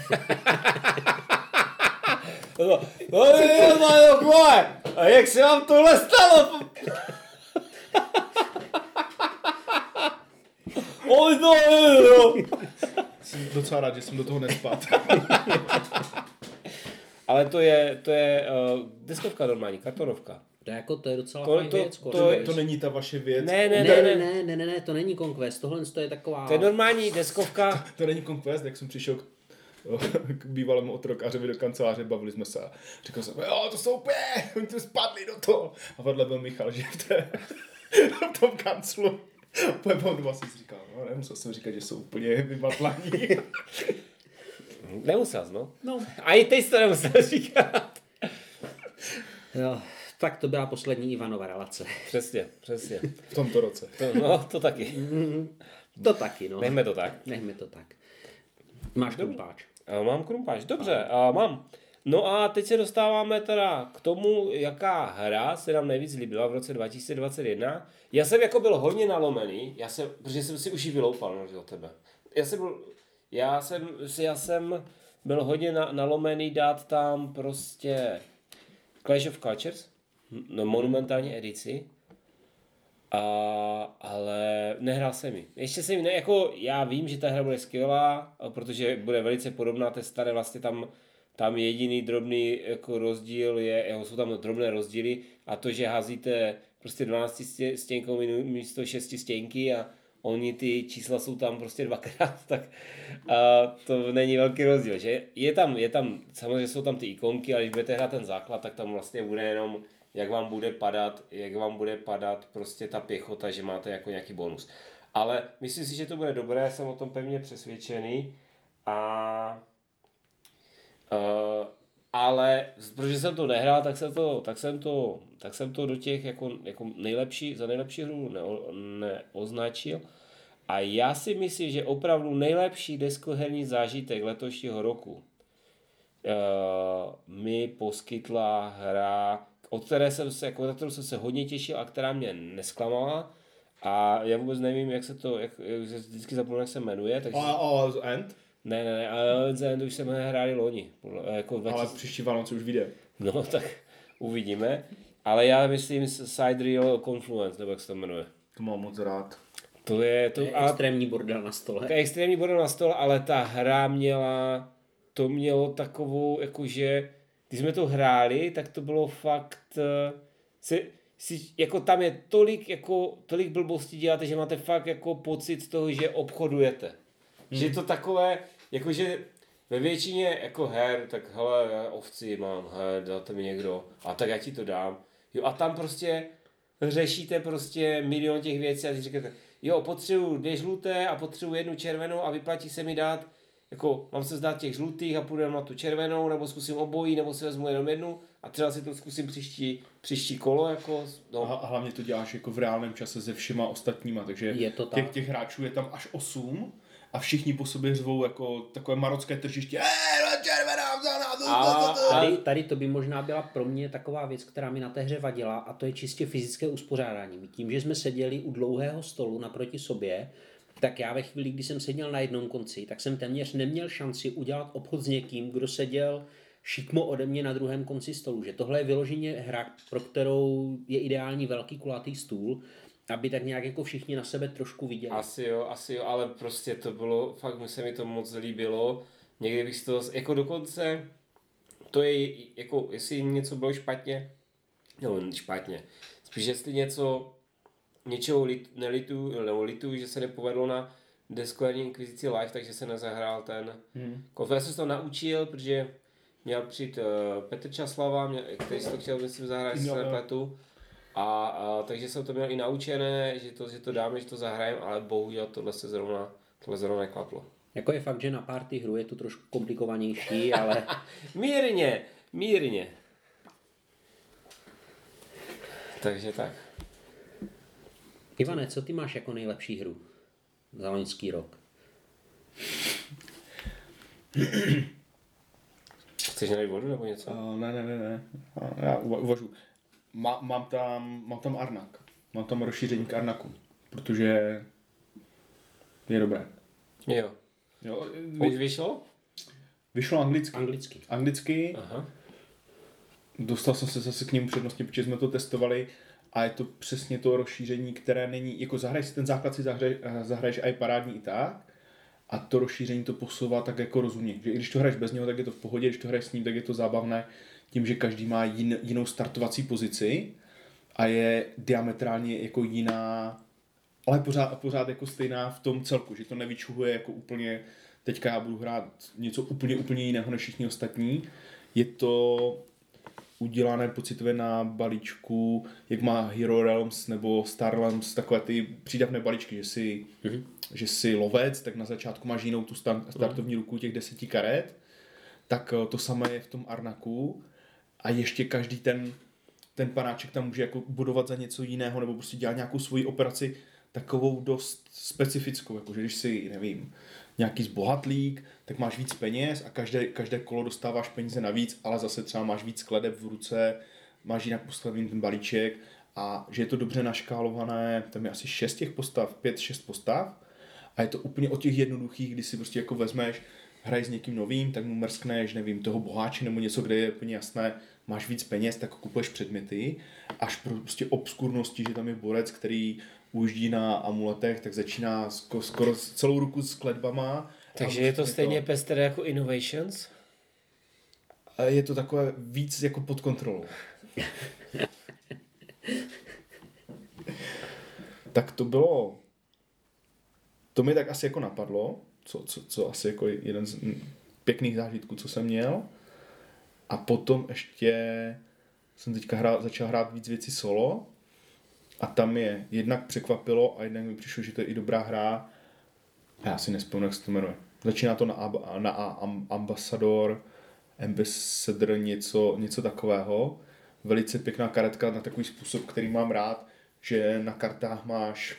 A jak se vám tohle stalo? Jsem docela rád, že jsem do toho nespadl. Ale to je deskovka normální, kartonovka. To je docela fajn věc. To není ta vaše věc. Ne, to není Conquest, tohle je taková... To je normální deskovka. To není Conquest, jak jsem přišel k bývalému otrokářovi do kanceláře, bavili jsme se a říkal jsem, jo, to jsou úplně, oni tu spadli do toho. A vedle byl Michal, že v tom kanclu. Úplně si říkal, no, nemusel jsem říkat, že jsou úplně vymatlaní. Nemusel, no. A i teď to nemusel říkat. Jo, tak to byla poslední Ivanova relace. Přesně. V tomto roce. To taky. To taky, no. Nechme to tak. Máš krumpáč. Mám krumpáč, dobře, mám. No a teď se dostáváme teda k tomu, jaká hra se nám nejvíc líbila v roce 2021. Já jsem jako byl hodně nalomený, protože jsem si už ji vyloupal, no, od tebe. Já jsem byl hodně nalomený dát tam prostě Clash of Cultures, monumentální edici, ale nehrál jsem ji. Ještě jsem ji, já vím, že ta hra bude skvělá, protože bude velice podobná té staré, vlastně tam jediný drobný jako rozdíl jsou tam drobné rozdíly a to, že házíte prostě 12 stěnkou místo 6 stěnky a oni ty čísla jsou tam prostě 2x, tak to není velký rozdíl, že? Je tam, samozřejmě jsou tam ty ikonky, ale když budete hrát ten základ, tak tam vlastně bude jenom, jak vám bude padat prostě ta pěchota, že máte jako nějaký bonus. Ale myslím si, že to bude dobré, jsem o tom pevně přesvědčený ale protože jsem to nehrál, tak jsem to do těch jako za nejlepší hru neoznačil. A já si myslím, že opravdu nejlepší deskoherní zážitek letošního roku mi poskytla hra, od které jsem se hodně těšil a která mě nesklamala. A já vůbec nevím, jak vždycky zapomínám, jak se jmenuje. Takže... End? Ne, ale End už jsme hráli loni. Ale příští Vánoce už vyjde. No, tak uvidíme. Ale já myslím Sidereal Confluence, nebo jak se to jmenuje. To mám moc rád. To je extrémní bordel na stole. To je extrémní bordel na stole, ale ta hra mělo takovou, jakože, když jsme to hráli, tak to bylo fakt, jako tam je tolik blbostí děláte, že máte fakt jako pocit z toho, že obchodujete. Že je to takové, jakože ve většině jako her, tak hele, já ovci mám, dáte mi někdo, a tak já ti to dám. Jo, a tam prostě řešíte prostě milion těch věcí a si říkáte, jo, potřebuji 2 žluté a potřebuji 1 červenou a vyplatí se mi dát, jako mám se zdát těch žlutých a půjdeme na tu červenou, nebo zkusím obojí, nebo si vezmu jenom 1 a třeba si to zkusím příští kolo, jako, no. A hlavně to děláš jako v reálném čase se všema ostatníma, takže je to těch hráčů je tam až 8 a všichni po sobě řvou jako takové marocké tržiště. Tady to by možná byla pro mě taková věc, která mi na té hře vadila, a to je čistě fyzické uspořádání. Tím, že jsme seděli u dlouhého stolu naproti sobě, tak já ve chvíli, kdy jsem seděl na jednom konci, tak jsem téměř neměl šanci udělat obchod s někým, kdo seděl šikmo ode mě na druhém konci stolu. Že tohle je vyloženě hra, pro kterou je ideální velký kulatý stůl, aby tak nějak jako všichni na sebe trošku viděli. Asi jo, ale prostě to bylo, fakt se mi to moc líbilo. Někdy bych si to, jako dokonce, to je, jako, jestli něco bylo špatně, spíš jestli něčeho nelituju, že se nepovedlo na Deskolární inkvizici live, takže se nezahrál ten Já jsem se to naučil, protože měl přijít Petr Časlava, který si to chtěl, myslím, zahrát, si se nepletu. A takže jsem to měl i naučené, že to dáme, že to zahrajem, ale bohužel tohle zrovna neklaplo. Jako je fakt, že na party hru je to trošku komplikovanější, ale... Mírně. Takže tak. Ivane, co ty máš jako nejlepší hru za loňský rok? Chceš nalít vodu nebo něco? Ne. Já uvažu. Mám tam Arnak. Mám tam rozšíření k Arnaku, protože je dobré. Jo. Už vyšlo? Vyšlo Anglicky. Anglicky. Aha. Dostal jsem se zase k němu přednostně, protože jsme to testovali a je to přesně to rozšíření, které není, jako zahraješ si ten základ, si zahraješ i parádní i tak, a to rozšíření to posouvá tak jako rozumně, že i když to hraješ bez něho, tak je to v pohodě, když to hraješ s ním, tak je to zábavné, tím, že každý má jinou startovací pozici a je diametrálně jako jiná, ale pořád jako stejná v tom celku, že to nevyčuhuje jako úplně, teďka já budu hrát něco úplně jiného než všichni ostatní. Je to udělané pocitově na balíčku, jak má Hero Realms nebo Star Realms, takové ty přídavné balíčky, že jsi lovec, tak na začátku máš jinou tu startovní ruku těch 10 karet, tak to samé je v tom Arnaku a ještě každý ten panáček tam může jako budovat za něco jiného nebo prostě dělat nějakou svoji operaci takovou dost specifickou, jakože když si, nevím, nějaký zbohatlík, tak máš víc peněz a každé kolo dostáváš peníze navíc, ale zase třeba máš víc skladeb v ruce, máš jinak postavený ten balíček a že je to dobře naškálované, tam je asi 6 těch postav, 5-6 postav a je to úplně o těch jednoduchých, kdy si prostě jako vezmeš, hraj s někým novým, tak mu mrskneš, nevím, toho boháče nebo něco, kde je úplně jasné, máš víc peněz, tak kupuješ předměty, až pro prostě obskurnosti, že tam je borec, který ujíždí na amuletech, tak začíná skoro celou ruku s kletbama. Takže je to stejně pestré jako Innovations? Je to takové víc jako pod kontrolou. Tak to bylo... To mi tak asi jako napadlo, co asi jako jeden z pěkných zážitků, co jsem měl. A potom ještě jsem teďka začal hrát víc věcí solo. A tam je jednak překvapilo a jednak mi přišlo, že to je i dobrá hra. A já si nespomínám, jak se to jmenuje. Začíná to na Ambassador, něco takového. Velice pěkná karetka na takový způsob, který mám rád, že na kartách máš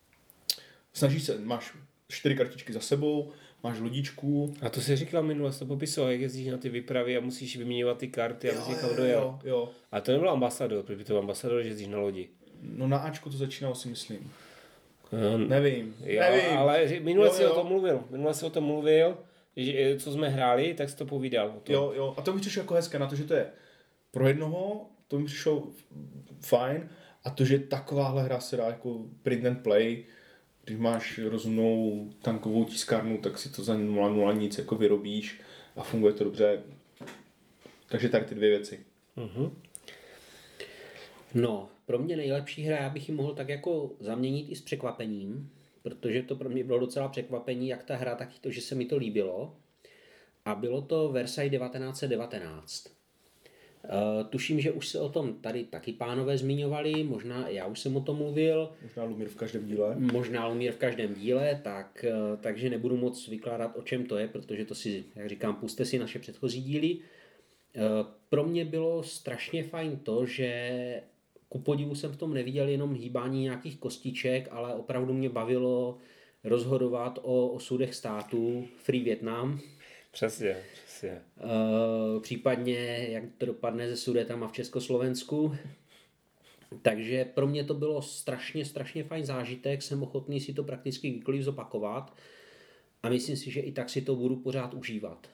4 kartičky za sebou, máš lodičku. A to si říkal minule, jsi to popisoval, jak jezdíš na ty výpravy a musíš vyměňovat ty karty a musíš kam dojel. Jo. A to nebyl Ambassador, protože to byl Ambassador, že jezdíš na lodi. No na Ačku to začínalo, si myslím. Nevím. Nevím. Ale minule si o tom mluvil, že, co jsme hráli, tak jsi to povídal. O tom. Jo. A to mi přišlo jako hezké na to, že to je pro jednoho, to mi přišlo fajn. A to, že takováhle hra se dá jako print and play, když máš rozumnou tankovou tiskárnu, tak si to za 0,0 nic jako vyrobíš a funguje to dobře. Takže tady ty dvě věci. No, pro mě nejlepší hra, já bych ji mohl tak jako zaměnit i s překvapením, protože to pro mě bylo docela překvapení, jak ta hra, tak i to, že se mi to líbilo. A bylo to Versailles 1919. Tuším, že už se o tom tady taky pánové zmiňovali, možná já už jsem o tom mluvil. Možná Lumír v každém díle. Možná Lumír v každém díle, takže nebudu moc vykládat, o čem to je, protože to si, jak říkám, puste si naše předchozí díly. Pro mě bylo strašně fajn to, že ku podivu jsem v tom neviděl jenom hýbání nějakých kostiček, ale opravdu mě bavilo rozhodovat o osudech států Free Vietnam. Přesně. Případně, jak to dopadne se Sudetama v Československu. Takže pro mě to bylo strašně fajn zážitek, jsem ochotný si to prakticky kdykoliv zopakovat a myslím si, že i tak si to budu pořád užívat.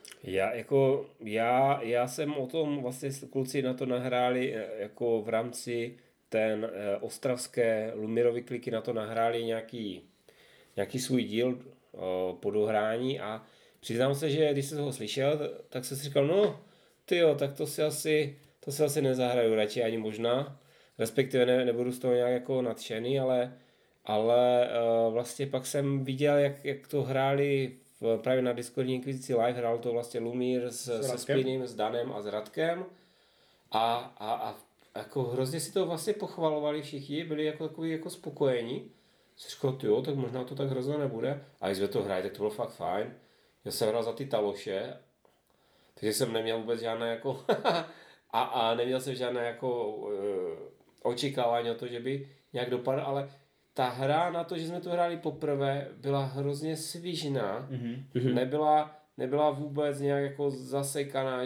Já jsem o tom, vlastně kluci na to nahráli jako v rámci ten ostravské Lumírovy kliky na to nahráli nějaký svůj díl po dohrání a přiznám se, že když jsem toho slyšel, tak jsem si říkal, no tyjo, tak to si asi nezahraju radši ani možná, respektive nebudu z toho nějak jako nadšený, ale vlastně pak jsem viděl, jak to hráli právě na Discordní Inkvizici Live, hrál to vlastně Lumír se Spinem, s Danem a s Radkem a jako hrozně si to vlastně pochvalovali všichni, byli jako takový jako spokojení. Jsem říkal, jo, tak možná to tak hrozně nebude. A když jsme to hráli, tak to bylo fakt fajn. Já jsem hrál za ty taloše, takže jsem neměl vůbec žádné jako a neměl jsem žádné jako očekávání o to, že by nějak dopadl, ale ta hra na to, že jsme to hráli poprvé, byla hrozně svižná. Nebyla vůbec nějak jako zasekaná,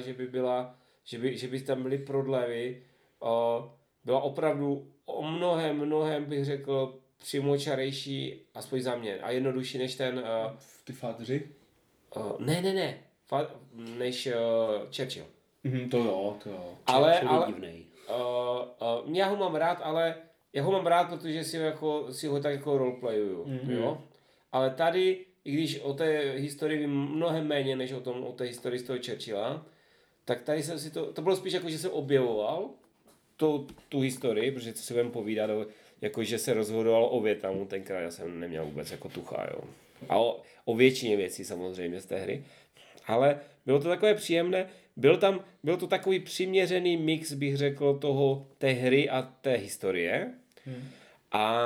že by tam byly prodlevy. Byla opravdu o mnohem bych řekl přímočarejší, aspoň za mě, a jednodušší než ten... Ty fádři? Ne. Než Churchill. To jo. Ale divnej. já ho mám rád, já ho mám rád, protože si ho tak jako roleplayuju, jo. Ale tady, i když o té historii vím mnohem méně, než o té historii z toho Churchilla, tak tady jsem si to bylo spíš jako, že jsem objevoval tu historii, protože si budeme povídat, jako že se rozhodoval o Vietnamu, tenkrát já jsem neměl vůbec jako tucha, jo. A o většině věcí samozřejmě z té hry. Ale bylo to takové příjemné, byl to takový přiměřený mix, bych řekl, té hry a té historie. A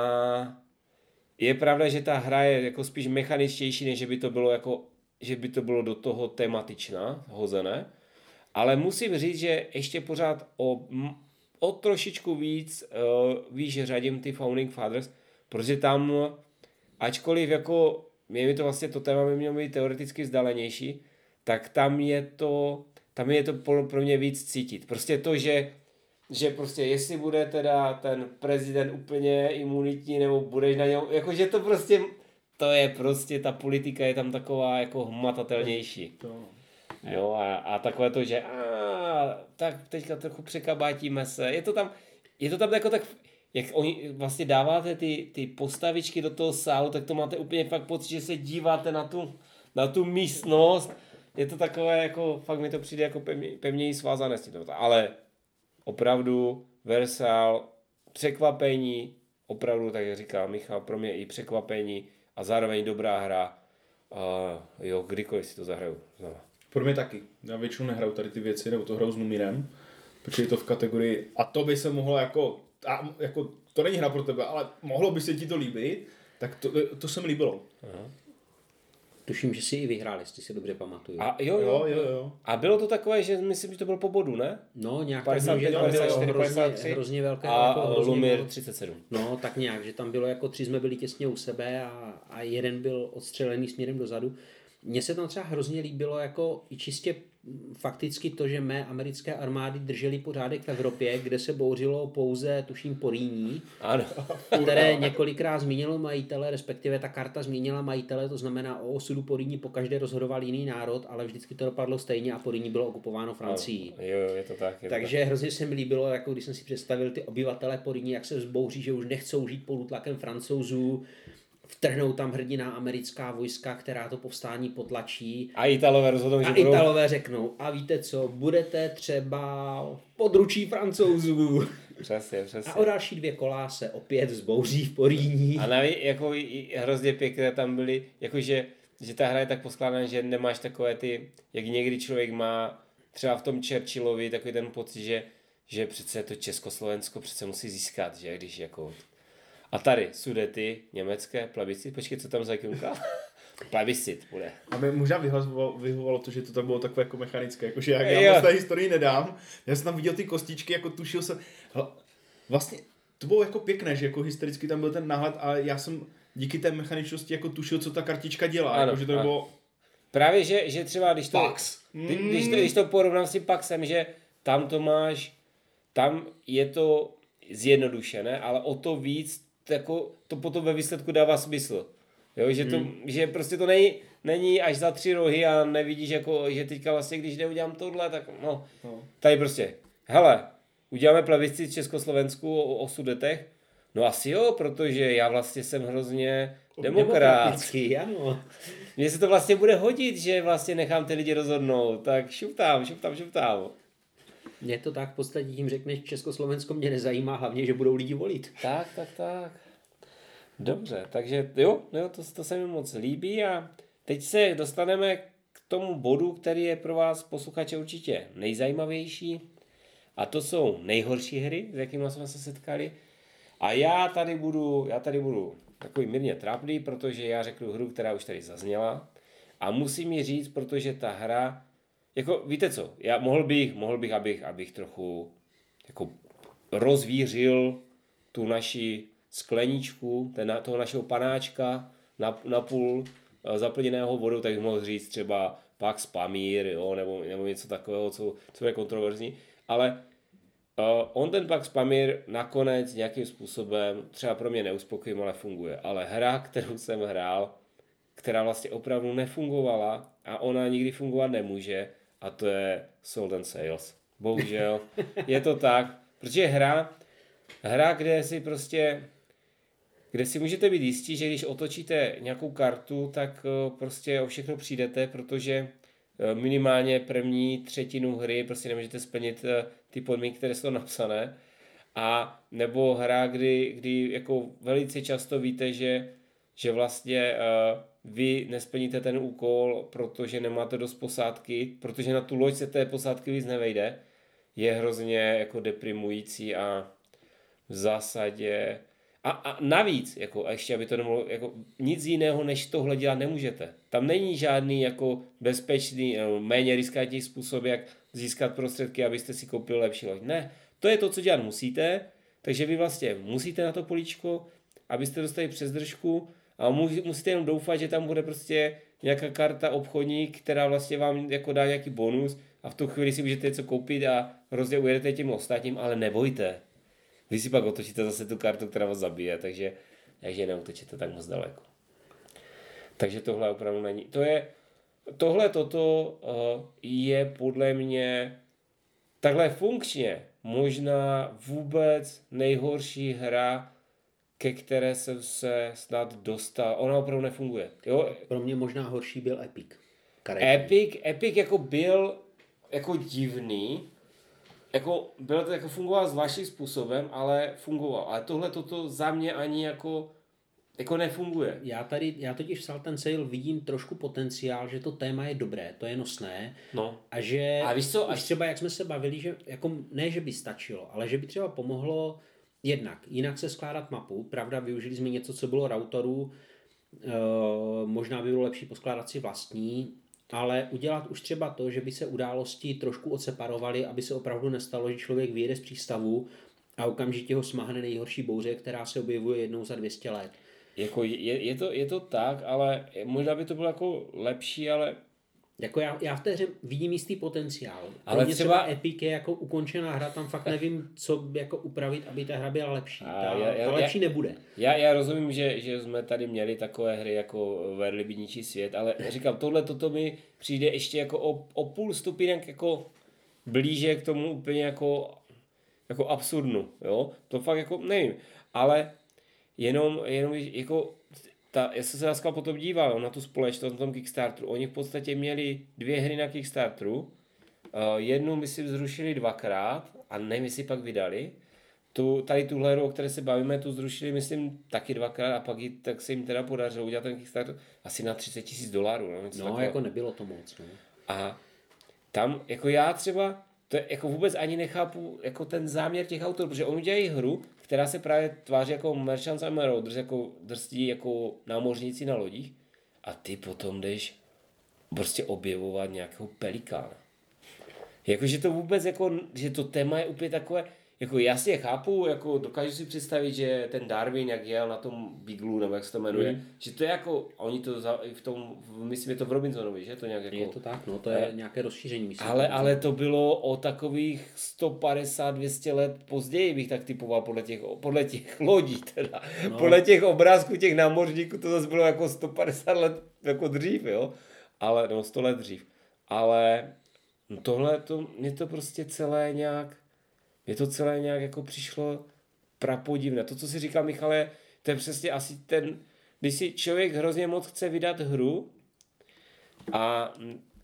je pravda, že ta hra je jako spíš mechaničtější, než že by to bylo do toho tematičná, hozené. Ale musím říct, že ještě pořád o trošičku víc výš řadím ty Founding Fathers, protože tam, ačkoliv jako mi to vlastně to téma by mělo být teoreticky vzdálenější, tak tam je to pro mě víc cítit. Prostě to, že prostě jestli bude teda ten prezident úplně imunitní, nebo budeš na něm, jakože to je prostě, ta politika je tam taková jako hmatatelnější. Jo, a takové to, že tak teďka trochu překabátíme se. Je to tam jako tak, jak oni vlastně dáváte ty postavičky do toho sálu, tak to máte úplně fakt pocit, že se díváte na tu místnost. Je to takové, jako fakt mi to přijde jako pevněji svázané s tím. Ale opravdu Versailles, překvapení, opravdu, tak jak říká Michal, pro mě i překvapení a zároveň dobrá hra. Jo, kdykoliv si to zahraju znovu. Pro mě taky. Já většinou nehraju tady ty věci, nebo to hraju s Lumírem, protože je to v kategorii a to by se mohlo jako to není hra pro tebe, ale mohlo by se ti to líbit, tak to se mi líbilo. Aha. Tuším, že si i vyhrál, jestli si dobře pamatuju. A jo. A bylo to takové, že myslím, že to bylo po bodu, ne? No, nějak 55, 54, 53 hrozně velké. A jako Lumír 37. No, tak nějak, že tam bylo jako 3 jsme byli těsně u sebe a jeden byl odstřelený směrem dozadu. Mně se tam třeba hrozně líbilo jako i čistě fakticky to, že mé americké armády držely pořádek v Evropě, kde se bouřilo pouze, tuším, Porýní, ano. které několikrát zmínilo majitele, respektive ta karta zmínila majitele, to znamená o osudu Porýní pokaždé rozhodoval jiný národ, ale vždycky to dopadlo stejně a Porýní bylo okupováno Francií. Jo, je to tak. Takže hrozně se mi líbilo, jako když jsem si představil ty obyvatele Porýní, jak se vzbouří, že už nechcou žít pod útlakem Francouzů. vtrhnou tam hrdinná americká vojska, která to povstání potlačí. A Italové rozhodnou, že A Italové řeknou, a víte co, budete třeba v područí Francouzů. Přesně. A o další 2 kola se opět vzbouří v Poríní. A navíc jako hrozně pěkné tam byly, jakože že ta hra je tak poskládaná, že nemáš takové ty, jak někdy člověk má třeba v tom Churchillovi takový ten pocit, že přece to Československo přece musí získat, že když jako... A tady Sudety, německé, plebiscit, počkej, co tam za ikonka? Plebiscit bude. A mě možná vyhovovalo to, že to tam bylo takové jako mechanické, jakože já moc té historii nedám. Já jsem tam viděl ty kostičky, jako tušil jsem, vlastně to bylo jako pěkné, že jako historicky tam byl ten náhled, ale já jsem díky té mechaničnosti jako tušil, co ta kartička dělá, Ano, jako, že to bylo... Právě, že třeba když to, Pax. Když to porovnám s tím Paxem, že tam to máš, tam je to zjednodušené, ale o to víc jako, to potom ve výsledku dává smysl. Jo, že prostě to není až za 3 rohy a nevidíš, jako, že teďka vlastně, když neudělám tohle, tak no. Tady prostě, hele, uděláme plebiscit v Československu o Sudetech, no asi jo, protože já vlastně jsem hrozně demokratický, ano. Mně se to vlastně bude hodit, že vlastně nechám ty lidi rozhodnout, tak šup tam. Mně to tak v podstatě tím řekneš, Československo mě nezajímá, hlavně, že budou lidi volit. Tak. Dobře, takže jo, to se mi moc líbí a teď se dostaneme k tomu bodu, který je pro vás posluchače určitě nejzajímavější a to jsou nejhorší hry, s jakými jsme se setkali. A já tady budu takový mírně trápný, protože já řeknu hru, která už tady zazněla a musím ji říct, protože ta hra, jako víte co, já mohl bych, abych trochu jako rozvířil tu naši skleničku, toho našeho panáčka na půl zaplněného vodou, tak bych mohl říct třeba Pax Pamír, jo, nebo něco takového, co je kontroverzní, ale on ten Pax Pamír nakonec nějakým způsobem třeba pro mě neuspokojím, ale funguje. Ale hra, kterou jsem hrál, která vlastně opravdu nefungovala a ona nikdy fungovat nemůže, a to je Salt and Sails. Bohužel. Je to tak, protože hra, kde si můžete být jistí, že když otočíte nějakou kartu, tak prostě o všechno přijdete, protože minimálně první třetinu hry prostě nemůžete splnit ty podmínky, které jsou napsané. A nebo hra, kdy jako velice často víte, že vlastně vy nesplníte ten úkol, protože nemáte dost posádky, protože na tu loď se té posádky víc nevejde, je hrozně jako deprimující a v zásadě a navíc, jako, a ještě aby to nemohlo, jako, nic jiného než tohle dělat nemůžete. Tam není žádný jako bezpečný, méně riskantní způsob, jak získat prostředky, abyste si koupili lepší loď. Ne, to je to, co dělat musíte, takže vy vlastně musíte na to políčko, abyste dostali přes držku a musíte jenom doufat, že tam bude prostě nějaká karta obchodní, která vlastně vám jako dá nějaký bonus a v tu chvíli si můžete něco koupit a hrozně ujedete tím ostatním, ale nebojte. Vy si pak otočíte zase tu kartu, která vás zabije, takže neutočíte tak moc daleko. Takže tohle opravdu není. Toto je podle mě takhle funkčně možná vůbec nejhorší hra, ke které jsem se snad dostal. Ona opravdu nefunguje. Jo? Pro mě možná horší byl Epic. Epic jako byl jako divný, jako bylo to jako fungoval zvláštním způsobem, ale fungoval. Ale toto za mě ani jako nefunguje. Já totiž v Salt and Sail vidím trošku potenciál, že to téma je dobré, to je nosné. No. A že a víš co, už třeba jak jsme se bavili, že jako ne, že by stačilo, ale že by třeba pomohlo jinak se skládat mapu. Pravda, využili jsme něco, co bylo routerů, možná by bylo lepší poskládat si vlastní, ale udělat už třeba to, že by se události trošku odseparovaly, aby se opravdu nestalo, že člověk vyjede z přístavu a okamžitě ho smáhne nejhorší bouře, která se objevuje jednou za 200 let. Jako je to tak, ale možná by to bylo jako lepší, ale... Jako já v té hře vidím jistý potenciál. Ale třeba Epic je jako ukončená hra, tam fakt nevím, co jako upravit, aby ta hra byla lepší. Ta lepší nebude. Já rozumím, že jsme tady měli takové hry jako Verlibiničí svět, ale říkám, toto mi přijde ještě jako o půl stupínek jako blíže k tomu úplně jako absurdnu, jo? To fakt jako nevím, ale jenom jako já jsem se dneska potom díval na tu společnost na tom Kickstarteru. Oni v podstatě měli 2 hry na Kickstarteru. Jednu, myslím, zrušili 2krát a nevím, jestli pak vydali. Tady tuhle hru, o které se bavíme, tu zrušili, myslím, taky 2krát a pak tak se jim teda podařilo udělat ten Kickstarter asi na $30,000. No, jako nebylo to moc. No. A tam, jako já třeba, to je, jako vůbec ani nechápu jako ten záměr těch autorů, protože oni dělají hru, která se právě tváří jako Merchants and Marauders, jako drsí jako námořníci na lodích a ty potom jdeš prostě objevovat nějakého pelikána. Jakože to vůbec jako, že to téma je úplně takové, jako já si je chápu, jako dokážu si představit, že ten Darwin, jak jel na tom Beaglu, nebo jak se to jmenuje, že to je jako, oni to v tom, myslím, je to v Robinsonovi, že to nějak jako... Je to tak, no, to je nějaké rozšíření, myslím. Ale to bylo o takových 150-200 let později, bych tak typoval podle těch lodí teda. No. Podle těch obrázků těch námořníků to zase bylo jako 150 let jako dřív, jo. Ale, no 100 let dřív. Ale tohle, mě to prostě celé nějak jako přišlo prapodivné. To, co si říkal, Michale, to je přesně asi když si člověk hrozně moc chce vydat hru a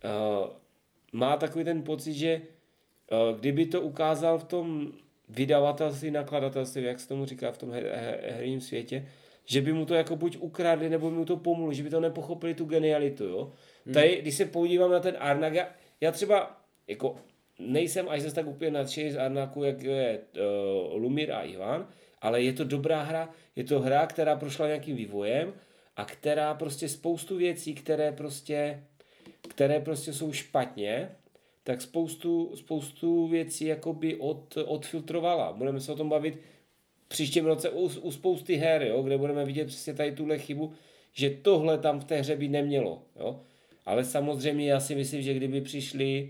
má takový ten pocit, že kdyby to ukázal v tom vydavatelství, nakladatelství, jak se tomu říká v tom herním světě, že by mu to jako buď ukradli, nebo by mu to pomohli, že by to nepochopili tu genialitu, jo. Tady, když se podívám na ten Arnak, já třeba jako nejsem až zase tak úplně nadšený z Arnaku, jak je Lumír a Ivan, ale je to dobrá hra, je to hra, která prošla nějakým vývojem a která prostě spoustu věcí, které prostě jsou špatně, tak spoustu věcí jakoby odfiltrovala. Budeme se o tom bavit příštím roce u spousty her, jo, kde budeme vidět přesně tady tuhle chybu, že tohle tam v té hře by nemělo. Jo. Ale samozřejmě já si myslím, že kdyby přišli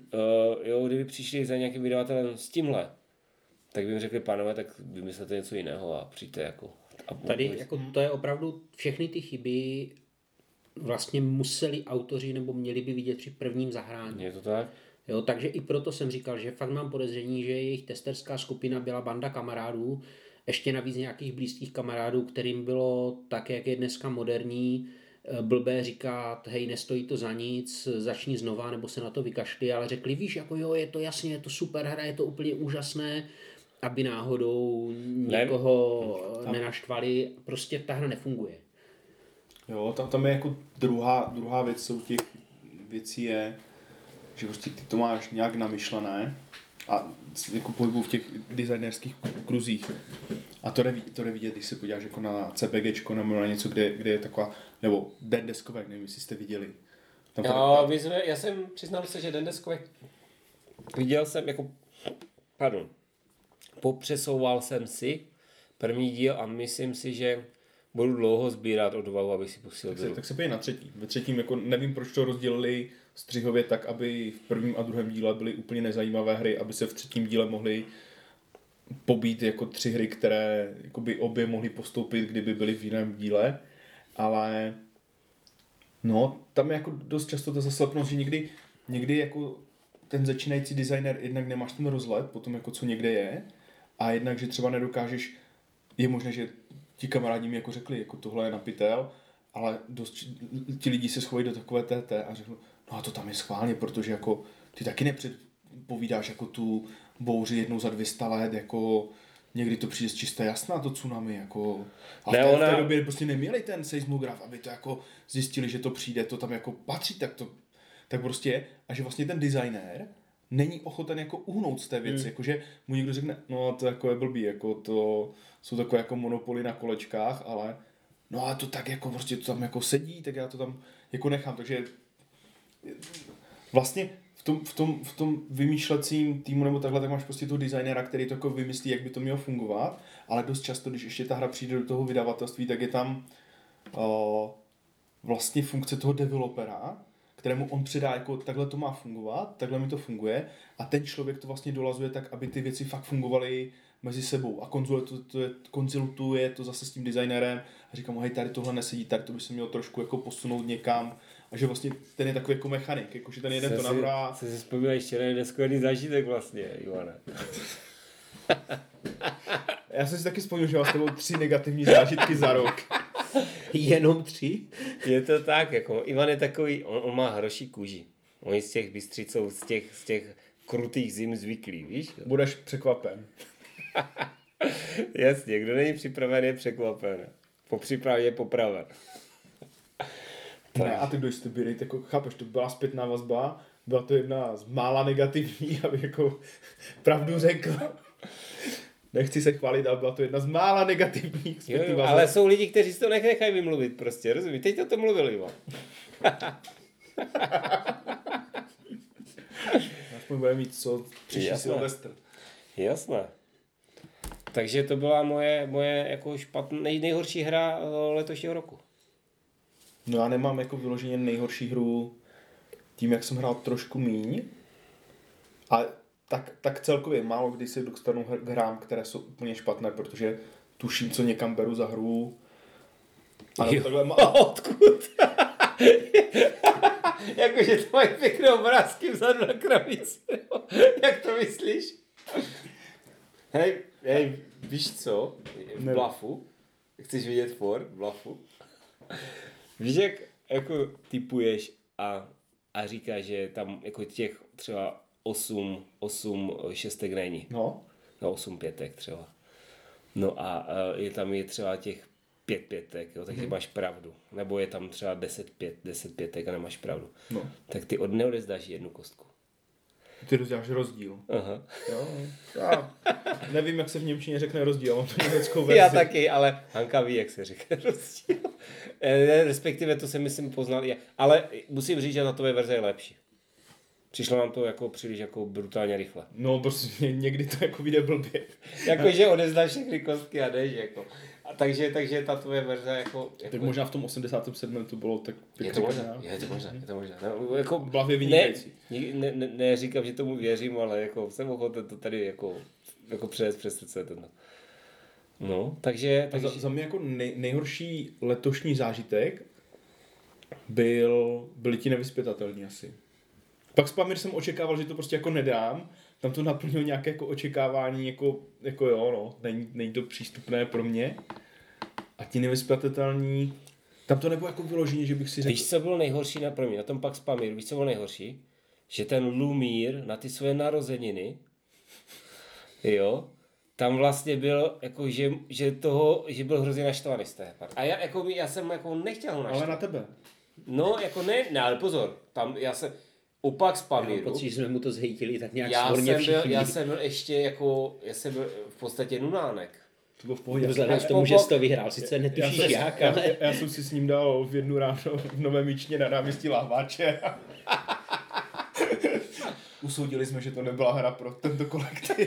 za nějakým vydavatelem s tímhle, tak by jim řekli, pánové, tak vymyslete něco jiného a přijďte jako... Tady jako to je opravdu, všechny ty chyby vlastně museli autoři nebo měli by vidět při prvním zahrání. Je to tak? Jo, takže i proto jsem říkal, že fakt mám podezření, že jejich testerská skupina byla banda kamarádů, ještě navíc nějakých blízkých kamarádů, kterým bylo tak, jak je dneska moderní, blbé říkat, hej, nestojí to za nic, začni znova, nebo se na to vykašli, ale řekli, víš, jako jo, je to jasně, je to super hra, je to úplně úžasné, aby náhodou někoho nenaštvali, prostě ta hra nefunguje. Jo, tam je jako druhá věc, jsou těch věcí je, že prostě ty to máš nějak namyšlené a jako pohybu v těch designerských kruzích. A to jde vidět, když se podíváš jako na CPGčko nebo na něco, kde je taková, nebo Den deskovek, nevím, jestli jste viděli. Já jsem, přiznám se, že Den deskovek viděl jsem jako, popřesouval jsem si první díl a myslím si, že budu dlouho sbírat odvahu, abych si pustil druhou. Tak se podívej na třetí. Ve třetím jako nevím, proč to rozdělili střihově tak, aby v prvním a druhém díle byly úplně nezajímavé hry, aby se v třetím díle mohly pobít jako 3 hry, které jakoby obě mohly postoupit, kdyby byly v jiném díle, ale no, tam je jako dost často ta zaslepnost, že někdy jako ten začínající designer jednak nemáš ten rozhled po tom, jako co někde je, a jednak, že třeba nedokážeš, je možné, že ti kamarádi mi jako řekli, jako tohle je na pytel, ale dost ti lidi se schovají do takové TT a řeknou, no a to tam je schválně, protože jako ty taky nepředpovídáš jako tu bouři jednou za 200 let, jako někdy to přijde z čisté jasná, to tsunami, jako a v té době prostě neměli ten seismograf, aby to jako zjistili, že to přijde, to tam jako patří, tak prostě je, a že vlastně ten designér není ochoten jako uhnout z té věci, jakože mu někdo řekne, no to jako je blbý, jako to jsou takové jako monopoly na kolečkách, ale no a to tak jako prostě to tam jako sedí, tak já to tam jako nechám, takže vlastně v tom vymýšlecím týmu nebo takhle, tak máš prostě toho designéra, který to jako vymyslí, jak by to mělo fungovat, ale dost často, když ještě ta hra přijde do toho vydavatelství, tak je tam vlastně funkce toho developera, kterému on předá, jako takhle to má fungovat, takhle mi to funguje a ten člověk to vlastně dolazuje tak, aby ty věci fakt fungovaly mezi sebou a konzultuje to zase s tím designérem a říká mu, hej, tady tohle nesedí, tady to by se mělo trošku jako posunout někam a že vlastně ten je takový jako mechanik, jako že ten jeden to navrá. Se si vzpomíná ještě na jeden skvělý zážitek vlastně, Ivane. Já jsem si taky vzpomněl, že mám s tebou 3 negativní zážitky za rok. Jenom 3? Je to tak, jako Ivan je takový, on má hroší kůži. Oni z těch Bystřiců, z těch krutých zim zvyklí, víš? Budeš překvapen. Jasně, kdo není připraven, je překvapen. Po přípravě je popraven. Ne, a ty kdo jste byli, jako chápeš, to byla zpětná vazba, byla to jedna z mála negativní, abych jako pravdu řekl. Nechci se chválit, ale byla to jedna z mála negativních zpětných vazeb. Ale jsou lidi, kteří si to nechají vymluvit prostě, rozumíš? Teď to mluvil Ivan. Aspoň bude mít co příští Jasné. Silvestr. Jasné. Takže to byla moje jako nejhorší hra letošního roku. No já nemám jako vyloženě nejhorší hru tím, jak jsem hrál trošku míň. A tak celkově málo kdy se dostanu k hrám, které jsou úplně špatné, protože tuším, co někam beru za hru. Ano, takhle Odkud? Jakože to mají pěkné obrázky vzadu na krabici. Jak to myslíš? Hej, víš co? V Bluffu. Chceš vidět for v Bluffu? Víš, jak jako typuješ a říkáš, že tam jako těch třeba 8 šestek není. No. 8 pětek třeba. No a je třeba těch 5 pětek, jo, takže máš pravdu. Nebo je tam třeba 10 pětek a nemáš pravdu. No. Tak ty neodezdáš jednu kostku. Ty rozděláš rozdíl. Aha. Jo. Já nevím, jak se v němčině řekne rozdíl, mám to německou verzi. Já taky, ale Hanka ví, jak se říká rozdíl. Respektive to jsem myslím poznal. Ale musím říct, že ta tvoje verze je lepší. Přišlo nám to jako příliš jako brutálně rychle. No, prostě někdy to jako vyjde blbě. Jakože odezdáš všechny kostky a jdeš jako. A takže ta tvoje verze jako Tak možná v tom 87. to bylo tak je to možná. No, jako, Bluff je vynikající. Ne, říkám, že tomu věřím, ale jako jsem ochoten to tady jako přes srdce. No, takže Za mě jako nejhorší letošní zážitek byli ti nevyzpytatelní asi. Pak Spamir jsem očekával, že to prostě jako nedám. Tam to naplnilo nějaké jako očekávání, jako jo, no, není to přístupné pro mě. A ti nevyzpytatelní, tam to nebylo jako vyloženě, že bych si řekl... Víš, co bylo nejhorší pro mě, na tom pak Spamir, víš, co bylo nejhorší? Že ten Lumír na ty svoje narozeniny, jo, tam vlastně byl, jako, že byl hrozně naštvaný z té party. A já jsem jako nechtěl ho naštvat. Ale na tebe. No, jako ne, ale pozor, tam já jsem, opak Spamíru. Já mám pocit, že jsme mu to zhejtili tak nějak já svorně všichni. Já jsem byl ještě jako, já jsem byl v podstatě nunánek. To bylo v pohodě. Vzhledem k tomu, že jsi to vyhrál, sice netušíš jak, ale... Já jsem si s ním dal v 1 ráno v Novém Míčně na náměstí Lahváče. Usoudili jsme, že to nebyla hra pro tento kolektiv.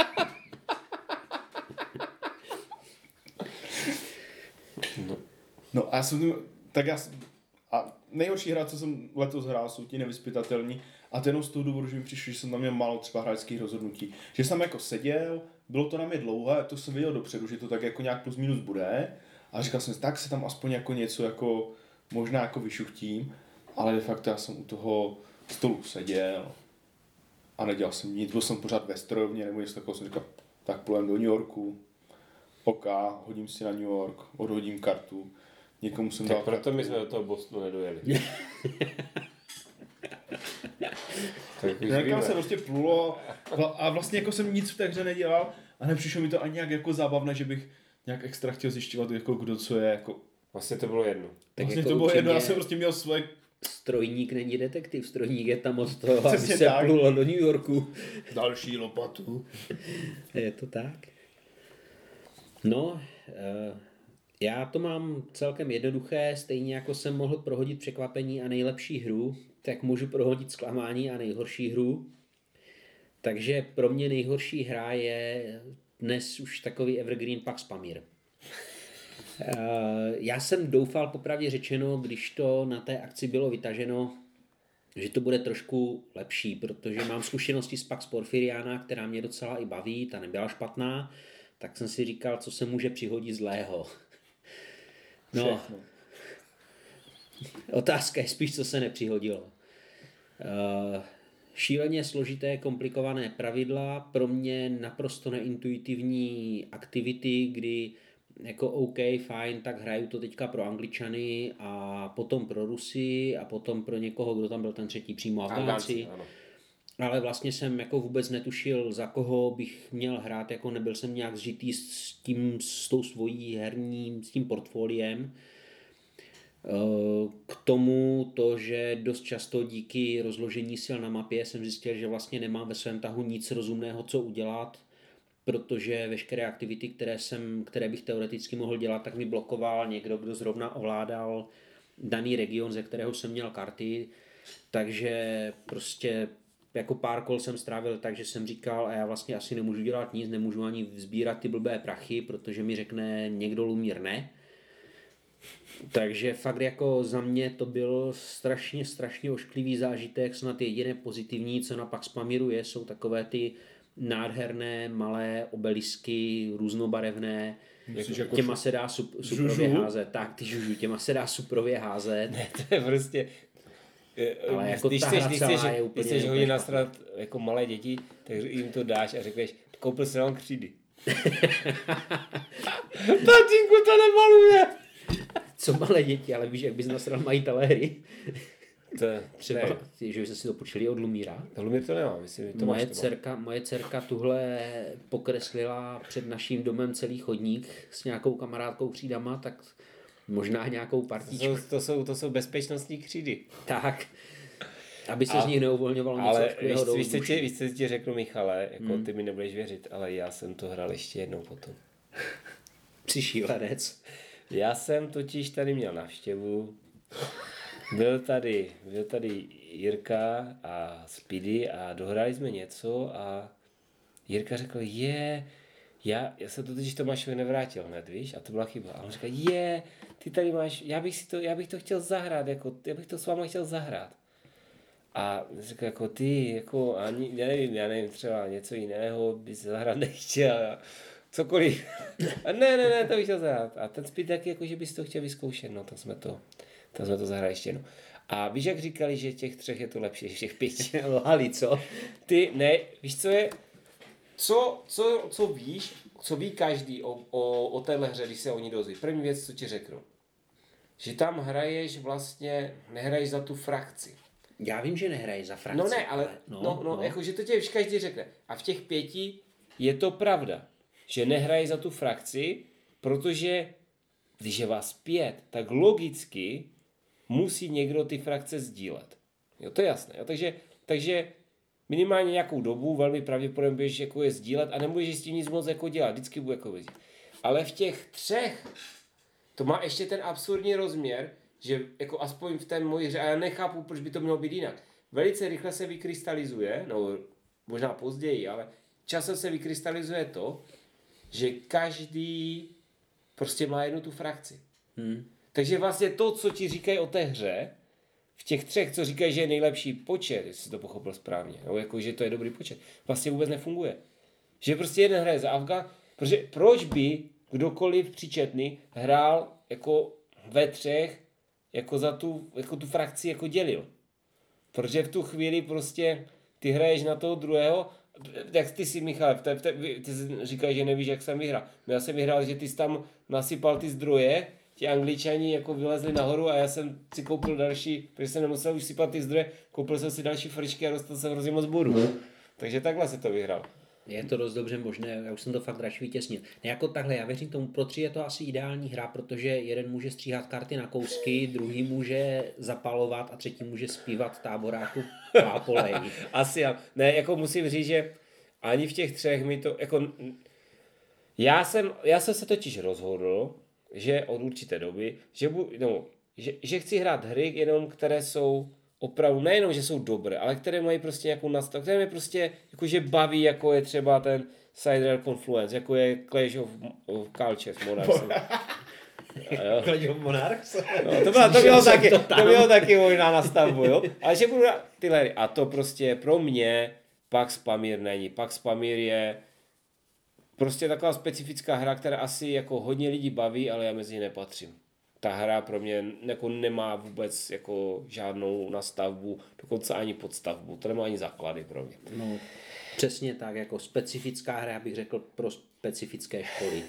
No a já jsem... A nejhorší hra, co jsem letos hrál, jsou ti nevyzpytatelní. A to jenom z toho důvodu, že mi přišlo, že jsem tam měl málo třeba hráčských rozhodnutí. Že jsem jako seděl, bylo to na mě dlouhé, to jsem viděl dopředu, že to tak jako nějak plus minus bude. A říkal jsem si, tak se tam aspoň jako něco jako možná jako vyšuchtím. Ale de facto já jsem u toho stolu seděl a nedělal jsem nic. Byl jsem pořád ve strojovně nebo něco takového, jsem říkal, tak půjdem do New Yorku. OK, hodím si na New York, odhodím kartu. Někomu jsem tak dal proto kartu. my jsme do toho Bostonu nedojeli. Někam se prostě plulo a vlastně jako jsem nic v té hře nedělal a nepřišlo mi to ani nějak jako zábavné, že bych nějak extra chtěl zjišťovat, jako kdo co je. Jako... Vlastně to bylo jedno. Tak vlastně jako to bylo jedno, já určitě jsem prostě měl svoje... Strojník není detektiv, strojník je tam od toho, aby Přesně se tak. plulo do New Yorku. Další lopatu. Je to tak. No, já to mám celkem jednoduché, stejně jako jsem mohl prohodit překvapení a nejlepší hru, tak můžu prohodit zklamání a nejhorší hru. Takže pro mě nejhorší hra je dnes už takový evergreen Pax Pamir. Já jsem doufal, popravdě řečeno, když to na té akci bylo vytaženo, že to bude trošku lepší, protože mám zkušenosti z Pax Porfiriana, která mě docela i baví, ta nebyla špatná, tak jsem si říkal, co se může přihodit zlého. No, Všechno. Otázka je spíš, co se nepřihodilo. Šíleně složité, komplikované pravidla, pro mě naprosto neintuitivní aktivity, kdy jako OK, fajn, tak hraju to teďka pro Angličany a potom pro Rusy a potom pro někoho, kdo tam byl ten třetí, přímo Afgánci. Ale vlastně jsem jako vůbec netušil, za koho bych měl hrát, jako nebyl jsem nějak zžitý s tou svojí herní, s tím portfoliem. K tomu to, že dost často díky rozložení sil na mapě jsem zjistil, že vlastně nemám ve svém tahu nic rozumného, co udělat, protože veškeré aktivity, které bych teoreticky mohl dělat, tak mi blokoval někdo, kdo zrovna ovládal daný region, ze kterého jsem měl karty, takže prostě jako pár kol jsem strávil tak, že jsem říkal, a já vlastně asi nemůžu dělat nic, nemůžu ani sbírat ty blbé prachy, protože mi řekne někdo Lumír ne. Takže fakt jako za mě to byl strašně ošklivý zážitek, snad jediné pozitivní, co na Pax Pamiru je, jsou takové ty nádherné malé obelisky, různobarevné, těma se dá suprově házet. Tak, ty žužu, těma se dá suprově házet. Ne, to je prostě... Ale jako když chceš hodně nasrat jako malé děti, tak jim to dáš a řekneš, koupil jsem vám křídy. Tatínku, to nemaluje! Co malé děti, ale víš, jak bys nasral majitele hry? Třeba, že byste si to počuli od Lumíra. Lumír to nemá, myslím, to moje dcerka tuhle pokreslila před naším domem celý chodník s nějakou kamarádkou křídama, tak možná nějakou partičku. To jsou bezpečnostní křídy. Tak, aby se z nich neuvolňovalo něco ošklivého do ovzduší. Víš, co ti řeknu, Michale, jako ty mi nebudeš věřit, ale já jsem to hrál ještě jednou potom. Jsi šílenec. Já jsem totiž tady měl návštěvu. Byl tady Jirka a Speedy a dohráli jsme něco a Jirka řekl, já se to totiž Tomášovi nevrátil hned, víš, a to byla chyba. A on říkal, ty tady máš, já bych to chtěl zahrát, jako, já bych to s váma chtěl zahrát. A řekl, jako ty, jako, ani, já nevím, třeba něco jiného bys zahrát nechtěl, cokoliv. A ne, to bych chtěl zahrát. A ten Speed taky, jako, že bys to chtěl vyzkoušet, no, tak jsme to zahráli ještě jednou. A víš, jak říkali, že těch 3 je to lepší, než těch 5. Lhali, co? Víš, co je, co víš, co ví každý o téhle hře, když se o ní dozví. První věc, co ti řeknu, že tam hraješ vlastně, nehraješ za tu frakci. Já vím, že nehraješ za frakci. No ne, ale jako, že to tě každý řekne. A v těch 5 je to pravda, že nehraješ za tu frakci, protože když je vás 5, tak logicky musí někdo ty frakce sdílet. Jo, to je jasné. Jo? Takže minimálně nějakou dobu velmi pravděpodobně budeš jako je sdílet a nemůžeš s tím nic moc jako dělat. Vždycky bude jako vědět. Ale v těch 3 to má ještě ten absurdní rozměr, že jako aspoň v té mojí hře, a já nechápu, proč by to mělo být jinak. Velice rychle se vykrystalizuje, no možná později, ale časem se vykrystalizuje to, že každý prostě má jednu tu frakci. Takže vlastně to, co ti říkají o té hře, v těch 3, co říkají, že je nejlepší počet, jestli jsi to pochopil správně, nebo jako, že to je dobrý počet, vlastně vůbec nefunguje. Že prostě jeden hraje za Afgán, protože proč by kdokoliv příčetný hrál jako ve 3 jako za tu frakci jako dělil. Protože v tu chvíli prostě ty hraješ na toho druhého, jak ty si, Michal, ty říkáš, že nevíš, jak jsem vyhrál. Já jsem vyhrál, že ty jsi tam nasypal ty zdroje, ti Angličani jako vylezli nahoru a já jsem si koupil další, protože jsem nemusel už sypat ty zdroje, koupil jsem si další fričky a dostal jsem hrozně moc bodů. Takže takhle se to vyhrál. Je to dost dobře možné, já už jsem to fakt radši vytěsnil. Ne jako takhle, já věřím tomu, pro 3 je to asi ideální hra, protože jeden může stříhat karty na kousky, druhý může zapalovat a třetí může zpívat táboráku Pápolej. Asi já. Ne, jako musím říct, že ani v těch 3 mi to, jako... Já jsem se totiž rozhodl, že od určité doby, že chci hrát hry jenom, které jsou opravdu, nejenom, že jsou dobré, ale které mají prostě nějakou nastavu, které mě prostě jakože baví, jako je třeba ten Sidereal Confluence, jako je Clash of Cultures Monarchs. Clash of Monarchs? No, to bylo taky možná na stavbu, jo? Ale že budu tyhle hry. A to prostě pro mě Pax Pamir není. Pax Pamir je prostě taková specifická hra, která asi jako hodně lidí baví, ale já mezi ně nepatřím. ta hra pro mě jako nemá vůbec jako žádnou nastavbu, dokonce ani podstavbu, to nemá ani základy pro mě. No, přesně tak, jako specifická hra, bych řekl, pro specifické školy.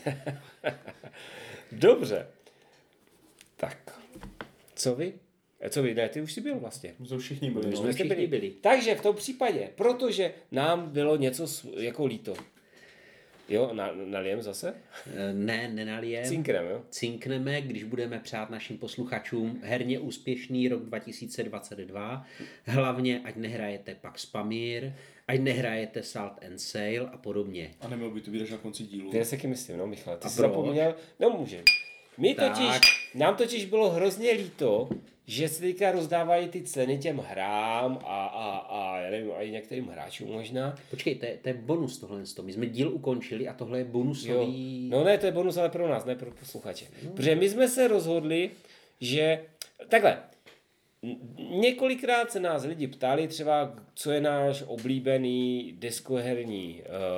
Dobře. Tak. Co vy? Co vy? Ne, ty už jsi byl vlastně. To všichni byli. My No. jsme všichni byli. Takže v tom případě, protože nám bylo něco jako líto. Jo, nalijem zase? Ne, nenalijem. Cinkrem, jo? Cinkneme, když budeme přát našim posluchačům herně úspěšný rok 2022. Hlavně, ať nehrajete Pax Pamir, ať nehrajete Salt and Sail a podobně. A neměl by to být až na konci dílu. To je taky myslím, no Michal, ty A jsi proč? zapomněl, no může. Nám totiž bylo hrozně líto, že se teďka rozdávají ty ceny těm hrám a já nevím, i některým hráčům možná. Počkej, to je bonus tohle. My jsme díl ukončili a tohle je bonusový... Jo. No ne, to je bonus, ale pro nás, ne pro posluchače. No. Protože my jsme se rozhodli, že takhle, několikrát se nás lidi ptali třeba, co je náš oblíbený deskoherní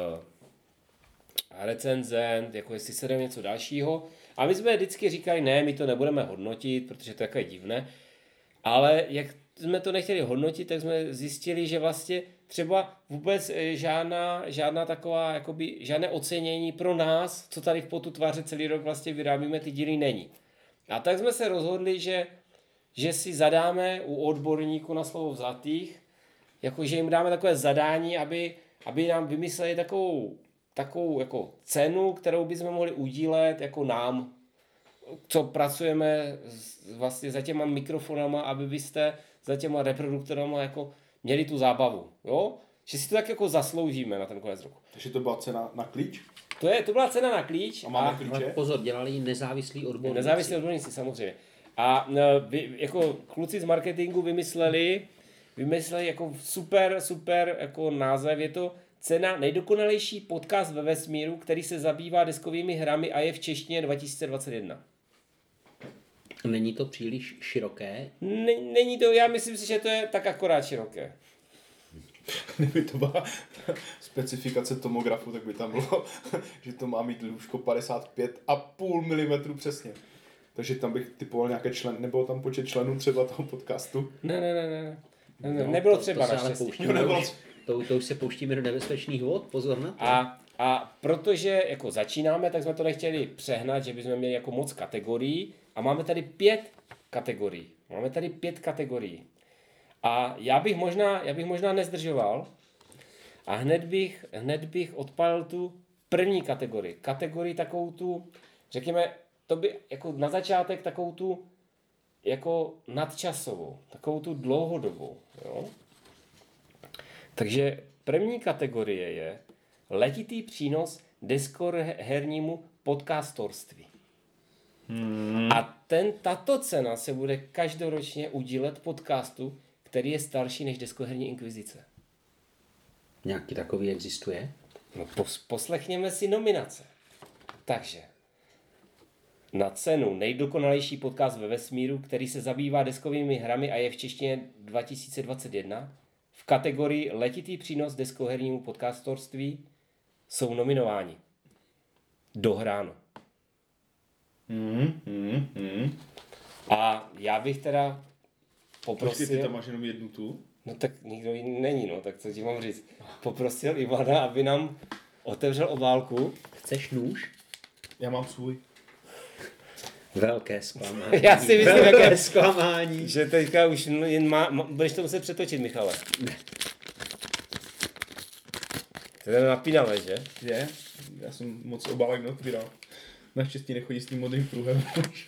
recenzent, jako jestli se jde něco dalšího. A my jsme vždycky říkali, ne, my to nebudeme hodnotit, protože to je takové divné. Ale jak jsme to nechtěli hodnotit, tak jsme zjistili, že vlastně třeba vůbec žádná taková, jakoby, žádné ocenění pro nás, co tady v Potu tváře celý rok vlastně vyrábíme, ty díly není. A tak jsme se rozhodli, že si zadáme u odborníků na slovo vzatých, jakože jim dáme takové zadání, aby nám vymysleli takovou jako cenu, kterou bychom mohli udílet jako nám, co pracujeme vlastně za těma mikrofonama, aby byste za těma reproduktorama jako měli tu zábavu, jo? Že si to tak jako zasloužíme na ten konec roku. Takže to byla cena na klíč? To byla cena na klíč. A máme Ale klíče? pozor, dělali ji nezávislí odborníci. Nezávislí odborníci, samozřejmě. A jako kluci z marketingu vymysleli jako super jako název, je to cena nejdokonalejší podcast ve vesmíru, který se zabývá deskovými hrami a je v češtině 2021. Není to příliš široké? Není to, já myslím si, že to je tak akorát široké. Kdyby to byla specifikace tomografu, tak by tam bylo, že to má mít lůžko 55,5 mm přesně. Takže tam bych typoval nějaké nebylo tam počet členů třeba toho podcastu. Ne. Nebylo třeba naštěstí. To už se pouštíme do nebezpečných vod, pozor na to. A protože jako začínáme, tak jsme to nechtěli přehnat, že bychom měli jako moc kategorií a máme tady 5 kategorií. A já bych možná nezdržoval a hned bych odpalil tu první kategorii. Kategorii takovou tu, řekněme, to by jako na začátek takovou tu jako nadčasovou, takovou tu dlouhodobou, jo. Takže první kategorie je letitý přínos deskohernímu podcastorství. A tato cena se bude každoročně udílet podcastu, který je starší než deskoherní inkvizice. Nějaký takový existuje? No, poslechněme si nominace. Takže na cenu nejdokonalejší podcast ve vesmíru, který se zabývá deskovými hrami a je v češtině 2021, v kategorii letitý přínos deskohernímu podcastorství jsou nominováni Dohráno. A já bych teda poprosil... Počkej, ty tam máš jenom jednu tu? No tak nikdo jiný není, no, tak co ti mám říct? Poprosil Ivana, aby nám otevřel obálku. Chceš nůž? Já mám svůj. Velké zklamání. Já si myslím, velké zklamání. že teďka už jen budeš to muset přetočit, Michale. Ne. To je napínavé, že? Je? Já jsem moc obálek neotvíral. Naštěstí nechodí s tím modrým pruhem.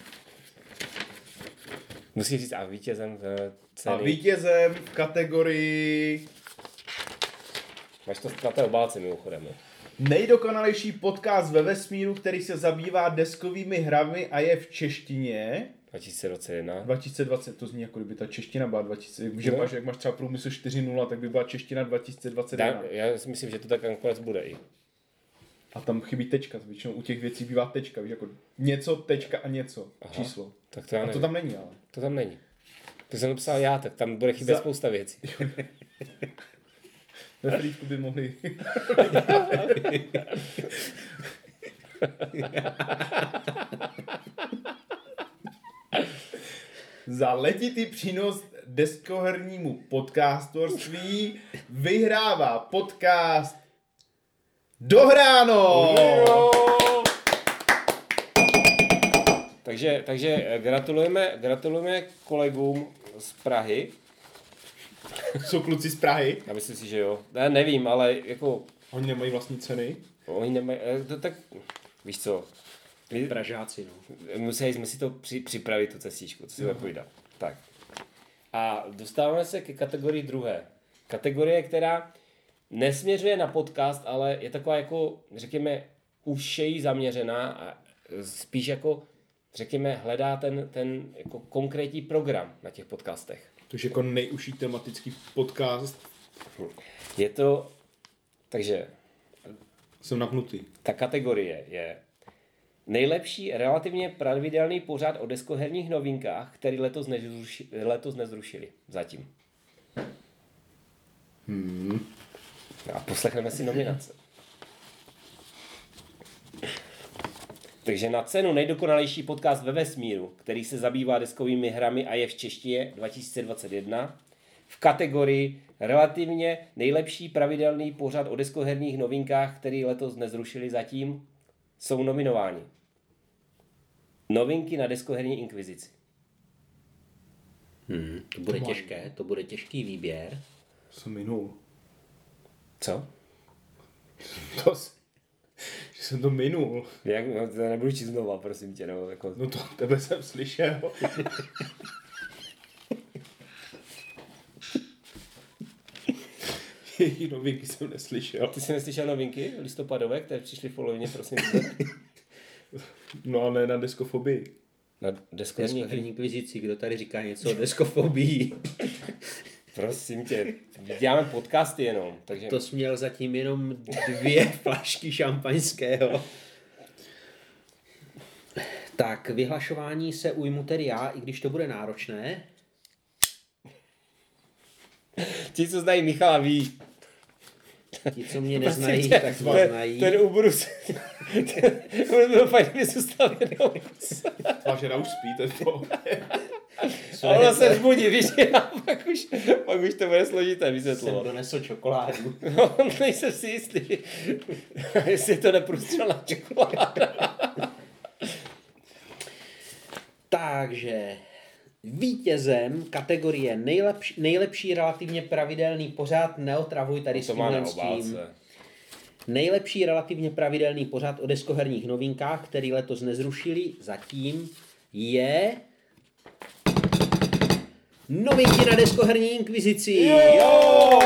Musíš říct, a vítězem ceny. A vítězem v kategorii Máš to na té obálce mimochodem, ne? nejdokonalejší podcast ve vesmíru, který se zabývá deskovými hrami a je v češtině 2021. 2020, to zní jako kdyby ta čeština byla 2000, že No. máš, jak máš třeba průmysl 4.0, tak by byla čeština 2021. Já si myslím, že to tak nakonec bude i. A tam chybí tečka, většinou u těch věcí bývá tečka, víš, jako něco, tečka a něco, Aha. číslo. Tak to já A nevím. to tam není, ale. To tam není. To jsem napsal já, tak tam bude chybět spousta věcí. Ve frýdku by mohli. za letitý přínos deskohernímu podcastorství vyhrává podcast Dohráno! Takže gratulujeme kolegům z Prahy. Jsou kluci z Prahy? Já myslím si, že jo. Já nevím, ale jako... Oni nemají vlastní ceny? Oni nemají, tak víš co. Pražáci, no. Museli jsme si to připravit, tu cestičku, co si bude povídat. Tak. A dostáváme se ke kategorii druhé. Kategorie, která nesměřuje na podcast, ale je taková jako, řekněme, užšeji zaměřená a spíš jako, řekněme, hledá ten jako konkrétní program na těch podcastech. Takže jako nejužší tematický podcast. Je to, takže... Jsem napnutý. Ta kategorie je nejlepší relativně pravidelný pořad o deskoherních novinkách, který letos nezrušili. Zatím. A poslechneme si nominace. Takže na cenu nejdokonalejší podcast ve vesmíru, který se zabývá deskovými hrami a je v češtině 2021, v kategorii relativně nejlepší pravidelný pořad o deskoherních novinkách, který letos nezrušili zatím, jsou nominováni. Novinky na deskoherní inkvizici. To bude těžké, to bude těžký výběr. Jsem minul. Co? Že jsem to minul. Jak, no, to nebudu číst znova, prosím tě. No, jako... No to tebe jsem slyšel. Její novinky jsem neslyšel. Ty jsi neslyšel novinky listopadové, které přišly v polovině, prosím? No a ne na deskofobii. Na deskoherní Deskoherní inkvizici, kdo tady říká něco o deskofobii? Prosím tě, děláme podcasty jenom, takže... To jsi měl zatím jenom 2 flašky šampaňského. Tak, vyhlašování se ujmu tedy já, i když to bude náročné. Ti, co znají Michala, ví. Ti, co mě neznají, Prostě tak vás znají. Ten ubrus. On byl fajn, když zůstal jenom. Tvoje žena už spí, to je to. A ona se zbudí, víš, a pak už to bude složité Jsem vysvětlovat. donesl čokoládu. No, nejsem si jistý, jestli to neprůstřelná čokoláda. Takže vítězem kategorie nejlepší relativně pravidelný pořád, neotravuj tady s To má na tím. obálce. Nejlepší relativně pravidelný pořad o deskoherních novinkách, který letos nezrušili, zatím je novinky na deskoherní inkvizici. Jo!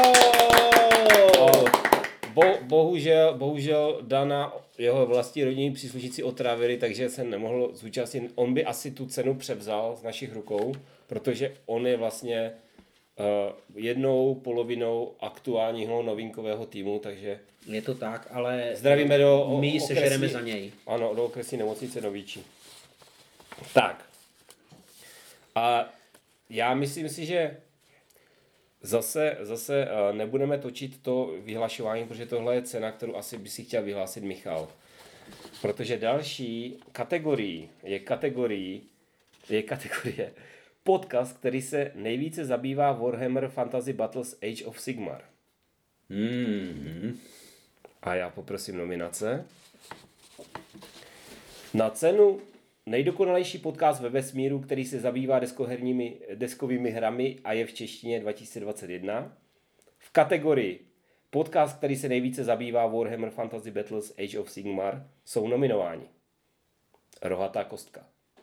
Bohužel Dana, jeho vlastní rodinní příslušníci otravili, takže se nemohl zúčastnit. On by asi tu cenu převzal z našich rukou, protože on je vlastně jednou polovinou aktuálního novinkového týmu, takže Je to tak, ale zdravíme do my se žereme za něj. Ano, do okresní nemocnice Novíčí. Tak. A já myslím si, že zase nebudeme točit to vyhlašování, protože tohle je cena, kterou asi by si chtěl vyhlásit Michal. Protože další kategorie podcast, který se nejvíce zabývá Warhammer Fantasy Battles Age of Sigmar. A já poprosím nominace. Na cenu nejdokonalejší podcast ve vesmíru, který se zabývá deskovými hrami a je v češtině 2021. V kategorii podcast, který se nejvíce zabývá Warhammer Fantasy Battles Age of Sigmar, jsou nominováni Rohatá kostka.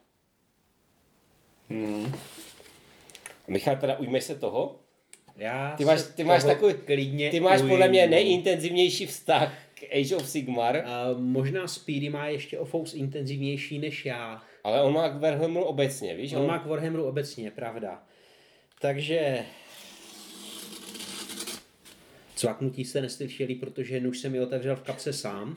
Michal, teda ujmeš se toho? Ty máš takový, klidně ty máš podle mě ujmu. nejintenzivnější vztah k Age of Sigmar, A možná Speedy má ještě o fous intenzivnější než já. ale on má k Warhammeru obecně, víš? On má k Warhammeru obecně, pravda. Takže cvaknutí jste neslyšeli, protože nůž se mi otevřel v kapse sám.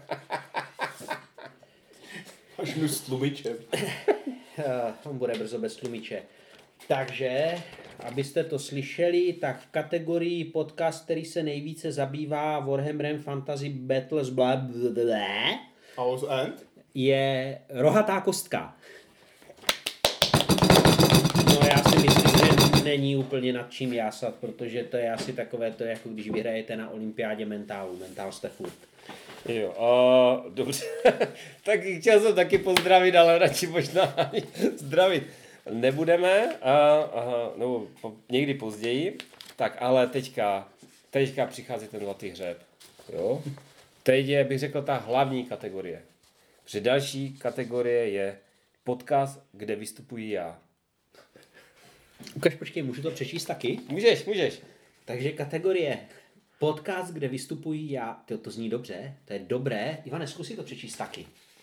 Až jdu s tlumičem. On bude brzo bez tlumiče. Takže, abyste to slyšeli, tak v kategorii podcast, který se nejvíce zabývá Warhammerem Fantasy Battles House End? je Rohatá kostka. No já si myslím, že není úplně nad čím jásat, protože to je asi takové, to je jako když vyhrajete na olympiádě mentálu. Mentál jste furt. Jo, dobře. Tak chtěl jsem taky pozdravit, ale radši možná ani zdravit nebudeme, nebo někdy později. Tak ale teďka přichází ten zlatý hřeb. Jo? Teď je, bych řekl, ta hlavní kategorie. Protože další kategorie je podcast, kde vystupuji já. Ukaž, počkej, můžu to přečíst taky? Můžeš. Takže kategorie podcast, kde vystupuji já. To zní dobře, to je dobré. Ivane, zkus si to přečíst taky.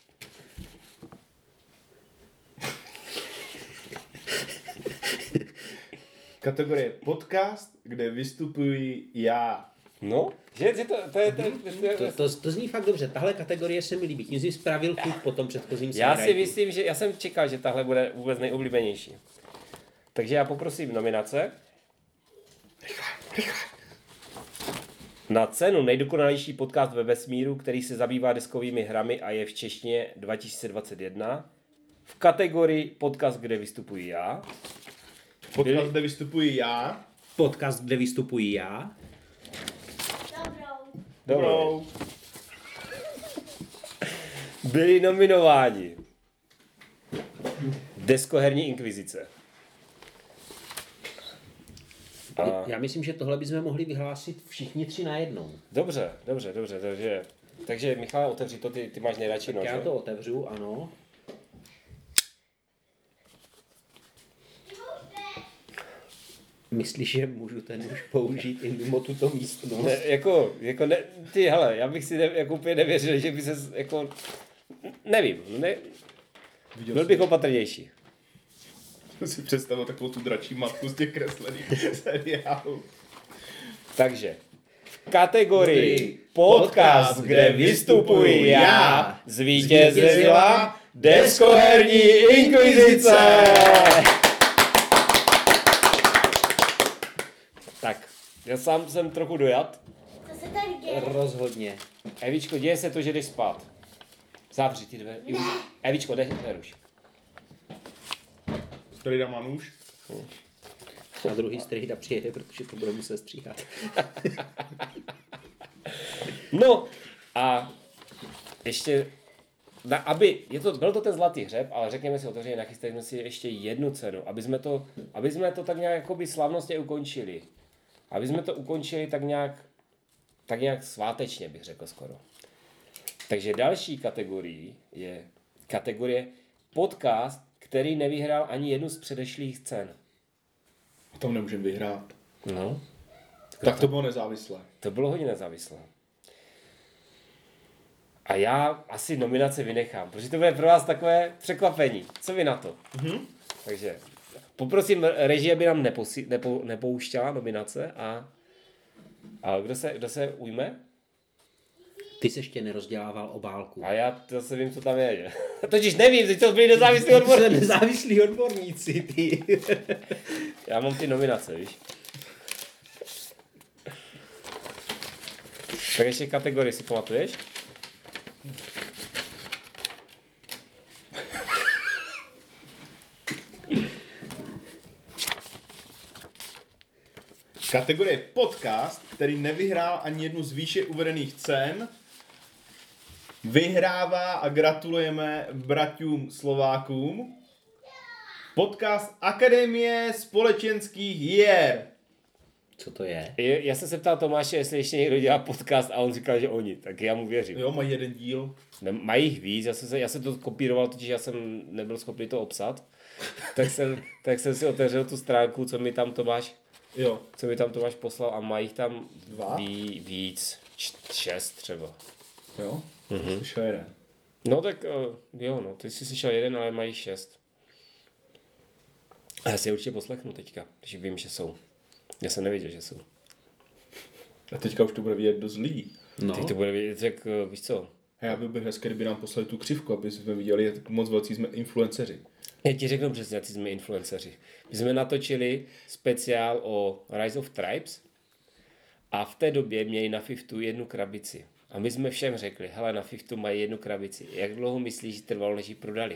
Kategorie podcast, kde vystupuji já. No, že To zní fakt dobře. Tahle kategorie se mi líbí. Tím jsi spravil klub po tom předchozím já si myslím, že já jsem čekal, že tahle bude vůbec nejoblíbenější. Takže já poprosím nominace. Na cenu nejdokonalejší podcast ve vesmíru, který se zabývá deskovými hrami a je v češtině 2021. V kategorii podcast, kde vystupuji já. Podcast, kde vystupuji já. Podcast, kde vystupuji já. Dobrou. Byli nominováni Deskoherní inkvizice. Já myslím, že tohle bychom mohli vyhlásit všichni tři najednou. Dobře. Takže Michal, otevři to, ty máš nejradši nože. Já to otevřu, ano. Myslíš, že můžu ten už použít i mimo tuto místnost? Ne, ne, ty hele, já bych si jako úplně nevěřil, že by ses jako, nevím, byl bych opatrnější. Si představil takovou tu dračí matku z těch kreslených seriálů. Takže, kategorii podcast, kde vystupuji já, zvítězila Deskoherní inkvizice! Tak, já sám jsem trochu dojat. Co se tady děje? Rozhodně. Evičko, děje se to, že jdeš spát. Zavři ty dveře. Evičko, neruš. Strejda má nůž. A druhý strejda přijede, protože to bude muset stříhat. No a ještě, byl to ten zlatý hřeb, ale řekněme si otevřeně, nachystali si ještě jednu cenu, aby jsme to tak nějak jakoby slavnostně ukončili. Aby jsme to ukončili tak nějak svátečně, bych řekl skoro. Takže další kategorií je kategorie podcast, který nevyhrál ani jednu z předešlých cen. A tam nemůžeme vyhrát. No. Tak to bylo nezávislé. To bylo hodně nezávislé. A já asi nominace vynechám, protože to bude pro vás takové překvapení. Co vy na to? Mm-hmm. Takže poprosím režii, aby nám nepouštěla nominace a kdo se ujme? Ty jsi ještě nerozdělával obálku. A já zase vím, co tam je. Totiž nevím, že to byli nezávislí odborníci. Nezávislí odborníci, ty. Já mám ty nominace, víš. Tak ještě kategorii si pamatuješ? Kategorie podcast, který nevyhrál ani jednu z výše uvedených cen, vyhrává a gratulujeme braťům Slovákům. Podcast Akademie společenských hier. Co to je? Já jsem se ptal Tomáše, jestli ještě někdo dělá podcast a on říkal, že oni, tak já mu věřím. Jo, mají jeden díl. Mají jich víc, já jsem to kopíroval, totiž já jsem nebyl schopný to obsat. tak jsem si otevřel tu stránku, co mi tam Tomáš poslal a mají jich tam víc, 6 třeba. Jo? Slyšel jeden. No tak jo, no, ty jsi slyšel jeden, ale mají 6. A já si je určitě poslechnu teďka, když vím, že jsou. Já jsem nevěděl, že jsou. A teďka už to bude vidět dost lidí. No. Teď to bude vidět, jak víš co. A já bych hezké, kdyby nám poslali tu křivku, aby jsme viděli, jak moc velcí jsme influenceři. Já ti řeknu přesně, jak jsme influenceři. My jsme natočili speciál o Rise of Tribes a v té době měli na Fiftu jednu krabici. A my jsme všem řekli, hele, na Fiftu mají jednu krabici. Jak dlouho myslíš, že trvalo, než ji prodali?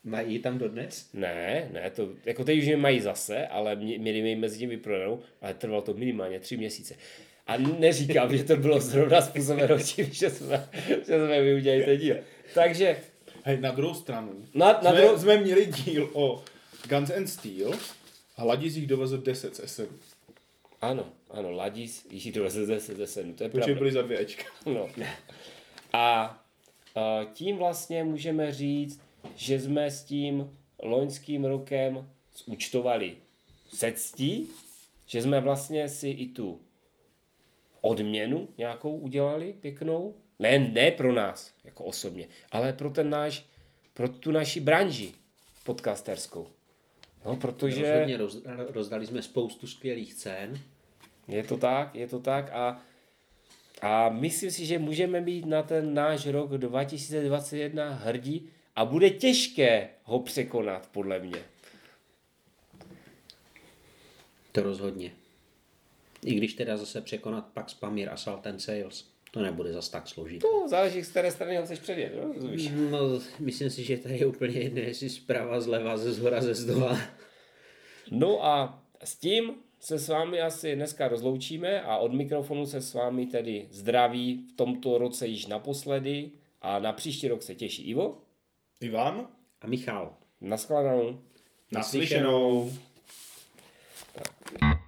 Mají tam dodnes? Ne, to, jako teď už je mají zase, ale měli mi mezi tím vyprodanou, ale trvalo to minimálně 3 měsíce. A neříkám, že to bylo zrovna způsobeno tím, že jsme vyudělali ten díl. Takže... Hej, na druhou stranu, jsme měli díl o Guns and Steel a Ladis jich dovezl 10 z SN. Ano, Ladis jich dovezl 10 z SN, to je Protože pravda. byli za 2 Ečka. No. A tím vlastně můžeme říct, že jsme s tím loňským rokem zúčtovali se ctí, že jsme vlastně si i tu odměnu nějakou udělali pěknou. Ne pro nás, jako osobně, ale pro tu naši branži podcasterskou. No, protože... Rozhodně rozdali jsme spoustu skvělých cen. Je to tak a myslím si, že můžeme být na ten náš rok 2021 hrdí a bude těžké ho překonat, podle mě. To rozhodně. I když teda zase překonat Pax Pamir a Salt and Sales, to nebude zas tak složité. To záleží, z které strany ho chceš předjet, no? No, myslím si, že tady je úplně jedno, jestli zprava, zleva, ze zhora, ze zdola. No a s tím se s vámi asi dneska rozloučíme a od mikrofonu se s vámi tedy zdraví v tomto roce již naposledy a na příští rok se těší Ivo. Ivan. A Michal. Naschledanou. Naslyšenou. Tak.